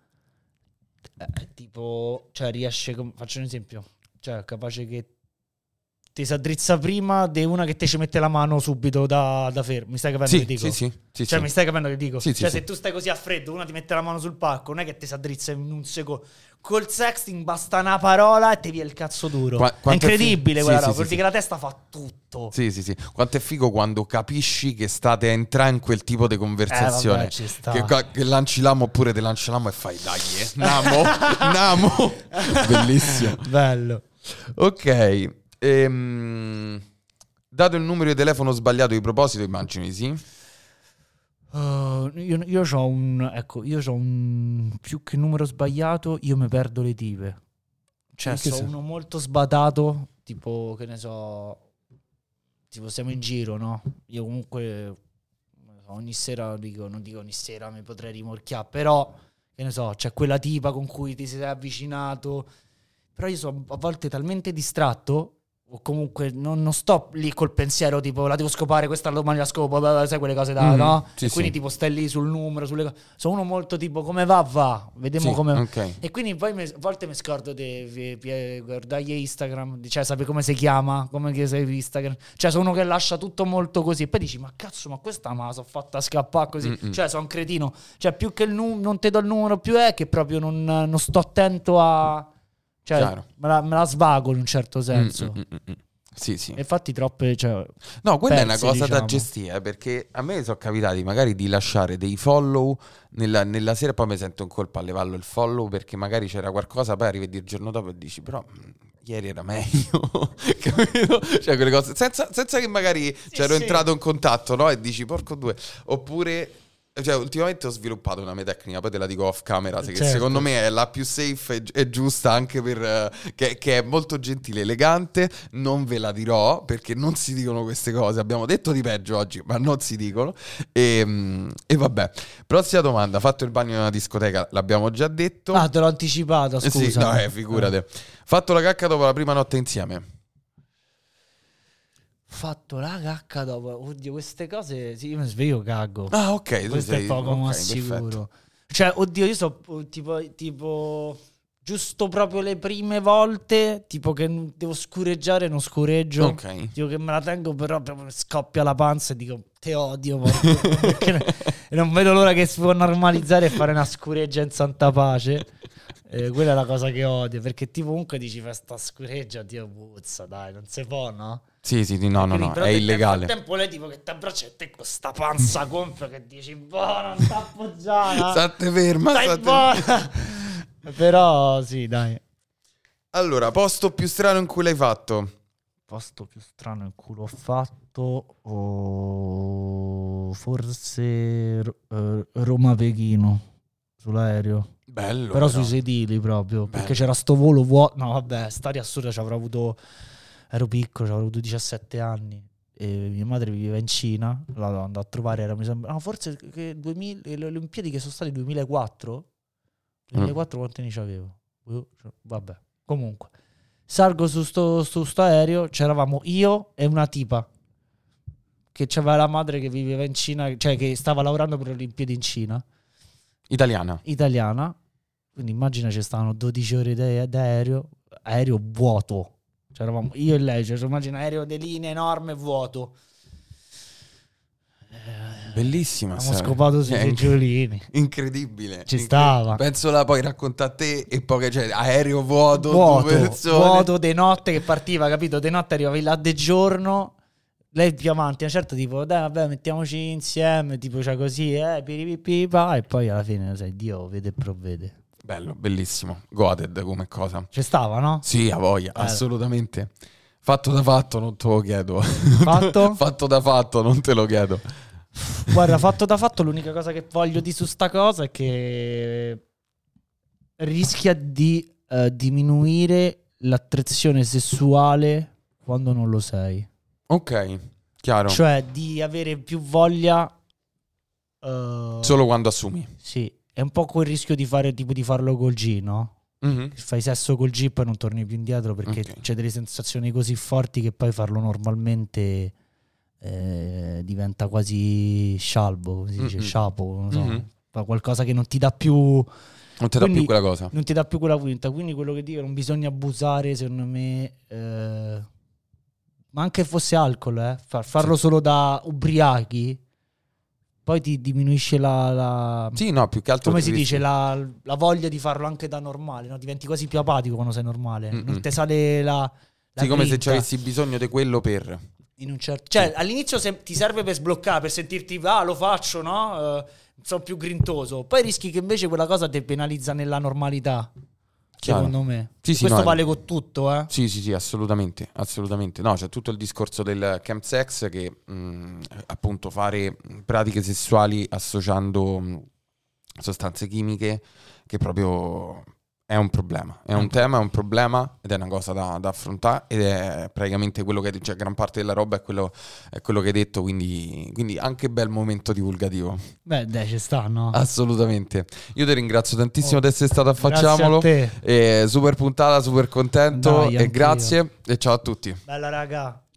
tipo, cioè riesce, faccio un esempio, cioè capace che ti si addrizza prima di una che te ci mette la mano subito da fermo. Mi stai capendo Sì, che dico? sì. Cioè mi stai capendo che dico? Sì, Cioè sì, se tu stai così a freddo, una ti mette la mano sul palco, non è che ti si addrizza in un secondo. Col sexting basta una parola e ti via il cazzo duro. È incredibile quella roba, perché la testa fa tutto. Sì. Quanto è figo quando capisci che state a entrare in quel tipo di conversazione. Vabbè, ci sta. Che lanci l'amo oppure te lanci l'amo e fai dai, Namo. Bellissimo. Bello. Ok. Dato il numero di telefono sbagliato di proposito, immagino di sì. Io c'ho un più che numero sbagliato, io mi perdo le tipe. Cioè sono uno molto sbadato, tipo che ne so, tipo siamo in giro, no? Io comunque ogni sera non dico ogni sera mi potrei rimorchiare, però che ne so, c'è quella tipa con cui ti sei avvicinato, però io sono a volte talmente distratto o comunque non sto lì col pensiero tipo la devo scopare, questa domani la scopo, sai quelle cose da, no? Sì, e quindi tipo stai lì sul numero, sulle cose. Sono uno molto tipo come va, vediamo Sì, come ok. e quindi poi a volte mi scordo di guardargli Instagram, cioè sapere come si chiama, come che sei Instagram, cioè sono uno che lascia tutto molto così e poi dici ma cazzo, ma questa me la sono fatta scappare così. Cioè sono un cretino, cioè più che non te do il numero più è che proprio non sto attento a, cioè me la svago in un certo senso. Sì. E infatti troppe, cioè, No, quella è una perse, cosa da diciamo. gestire, perché a me sono capitati magari di lasciare dei follow nella sera e poi mi sento in colpa a levarlo il follow perché magari c'era qualcosa, poi arrivi il giorno dopo e dici però ieri era meglio, capito? Cioè quelle cose, senza che magari c'ero entrato in contatto, no? E dici porco due, oppure... Cioè, ultimamente ho sviluppato una mia tecnica, poi te la dico off camera, che secondo me è la più safe e giusta anche per che è molto gentile, elegante. Non ve la dirò perché non si dicono queste cose. Abbiamo detto di peggio oggi, ma non si dicono. E vabbè, prossima domanda. Fatto il bagno in una discoteca, l'abbiamo già detto. Ah, te l'ho anticipato, scusa. Sì, no, figurate. Fatto la cacca dopo la prima notte insieme. Fatto la cacca dopo, oddio, queste cose, sì, io mi sveglio cago. Ah, ok. Questo è poco ma sicuro. Perfetto. Cioè, oddio, io so tipo giusto proprio le prime volte, tipo che devo scureggiare, non scureggio. Ok. Tipo che me la tengo, però proprio scoppia la panza e dico te odio, e non vedo l'ora che si può normalizzare e fare una scureggia in santa pace. Quella è la cosa che odio, perché tipo comunque dici fai sta scureggia, Dio puzza, dai, non si può, no? Sì, no, è illegale. Nel frattempo lei tipo che ti abbraccia e te con sta panza gonfia che dici buona, non t'appoggiare. State ferma, stai buona. Però sì, dai. Allora, posto più strano in cui l'hai fatto? Posto più strano in cui l'ho fatto forse Roma-Pechino sull'aereo. Bello. Però sui sedili proprio. Bello. Perché c'era sto volo vuoto. No, vabbè, storia assurda. Ci avrò avuto. Ero piccolo, ci avrò avuto 17 anni. E mia madre viveva in Cina. L'ho andato a trovare. Era, mi sembra. No, forse che le Olimpiadi che sono state 2004. 2004 quanti anni c'avevo? Vabbè. Comunque. Salgo su sto aereo. C'eravamo io e una tipa. Che c'aveva la madre che viveva in Cina. Cioè che stava lavorando per le Olimpiadi in Cina. Italiana, quindi immagina ci stavano 12 ore d'aereo, aereo vuoto, cioè eravamo io e lei, cioè immagina aereo di linea enorme vuoto. Bellissima. Abbiamo scopato sui seggiolini. Incredibile. Ci stava. Penso la poi racconta a te e poi cioè aereo vuoto, Vuoto di notte che partiva, capito? Di notte arrivavi là di giorno. lei più avanti, una certa tipo, dai vabbè mettiamoci insieme, tipo cioè così, piripipipà, e poi alla fine sai, Dio vede e provvede. Bello, bellissimo. Goated come cosa. Ci stava, no? Sì, a voglia, assolutamente. Fatto da fatto non te lo chiedo. Fatto? Fatto da fatto non te lo chiedo. Guarda, fatto da fatto, l'unica cosa che voglio di su sta cosa è che rischia di diminuire l'attrazione sessuale quando non lo sei. Ok, chiaro. Cioè di avere più voglia Solo quando assumi. sì, è un po' quel rischio di fare tipo di farlo col G, no? Mhm. Fai sesso col G e poi non torni più indietro perché Ok. c'è delle sensazioni così forti che poi farlo normalmente diventa quasi scialbo, come si dice, Mm-mm. sciapo, non so, Mhm. fa qualcosa che non ti dà più, Non ti dà più quindi quella cosa. non ti dà più quella quinta. Quindi quello che dico, non bisogna abusare, secondo me, ma anche fosse alcol, farlo solo da ubriachi, poi ti diminuisce la Sì, no, più che altro come ti si dice, rischi- la voglia di farlo anche da normale, no? Diventi quasi più apatico quando sei normale, Mm-mm. non te sale la Sì, come se grinta. ci avessi bisogno di quello per... In un certo... Cioè, all'inizio ti serve per sbloccare, per sentirti, lo faccio, no? Sono più grintoso. Poi rischi che invece quella cosa ti penalizza nella normalità, Chiaro. secondo me. Sì, sì, Questo no, vale con tutto, eh? Sì, assolutamente, assolutamente. No, c'è tutto il discorso del chemsex che appunto fare pratiche sessuali associando sostanze chimiche che proprio è un problema, è un tema, è un problema ed è una cosa da affrontare ed è praticamente quello che cioè, gran parte della roba è quello che hai detto, quindi anche bel momento divulgativo. Beh, dai, ci sta, no? Assolutamente. Io ti ringrazio tantissimo di essere stato a Grazie Facciamolo. a te. Super puntata, super contento Dai, e anche grazie e ciao a tutti. Bella raga.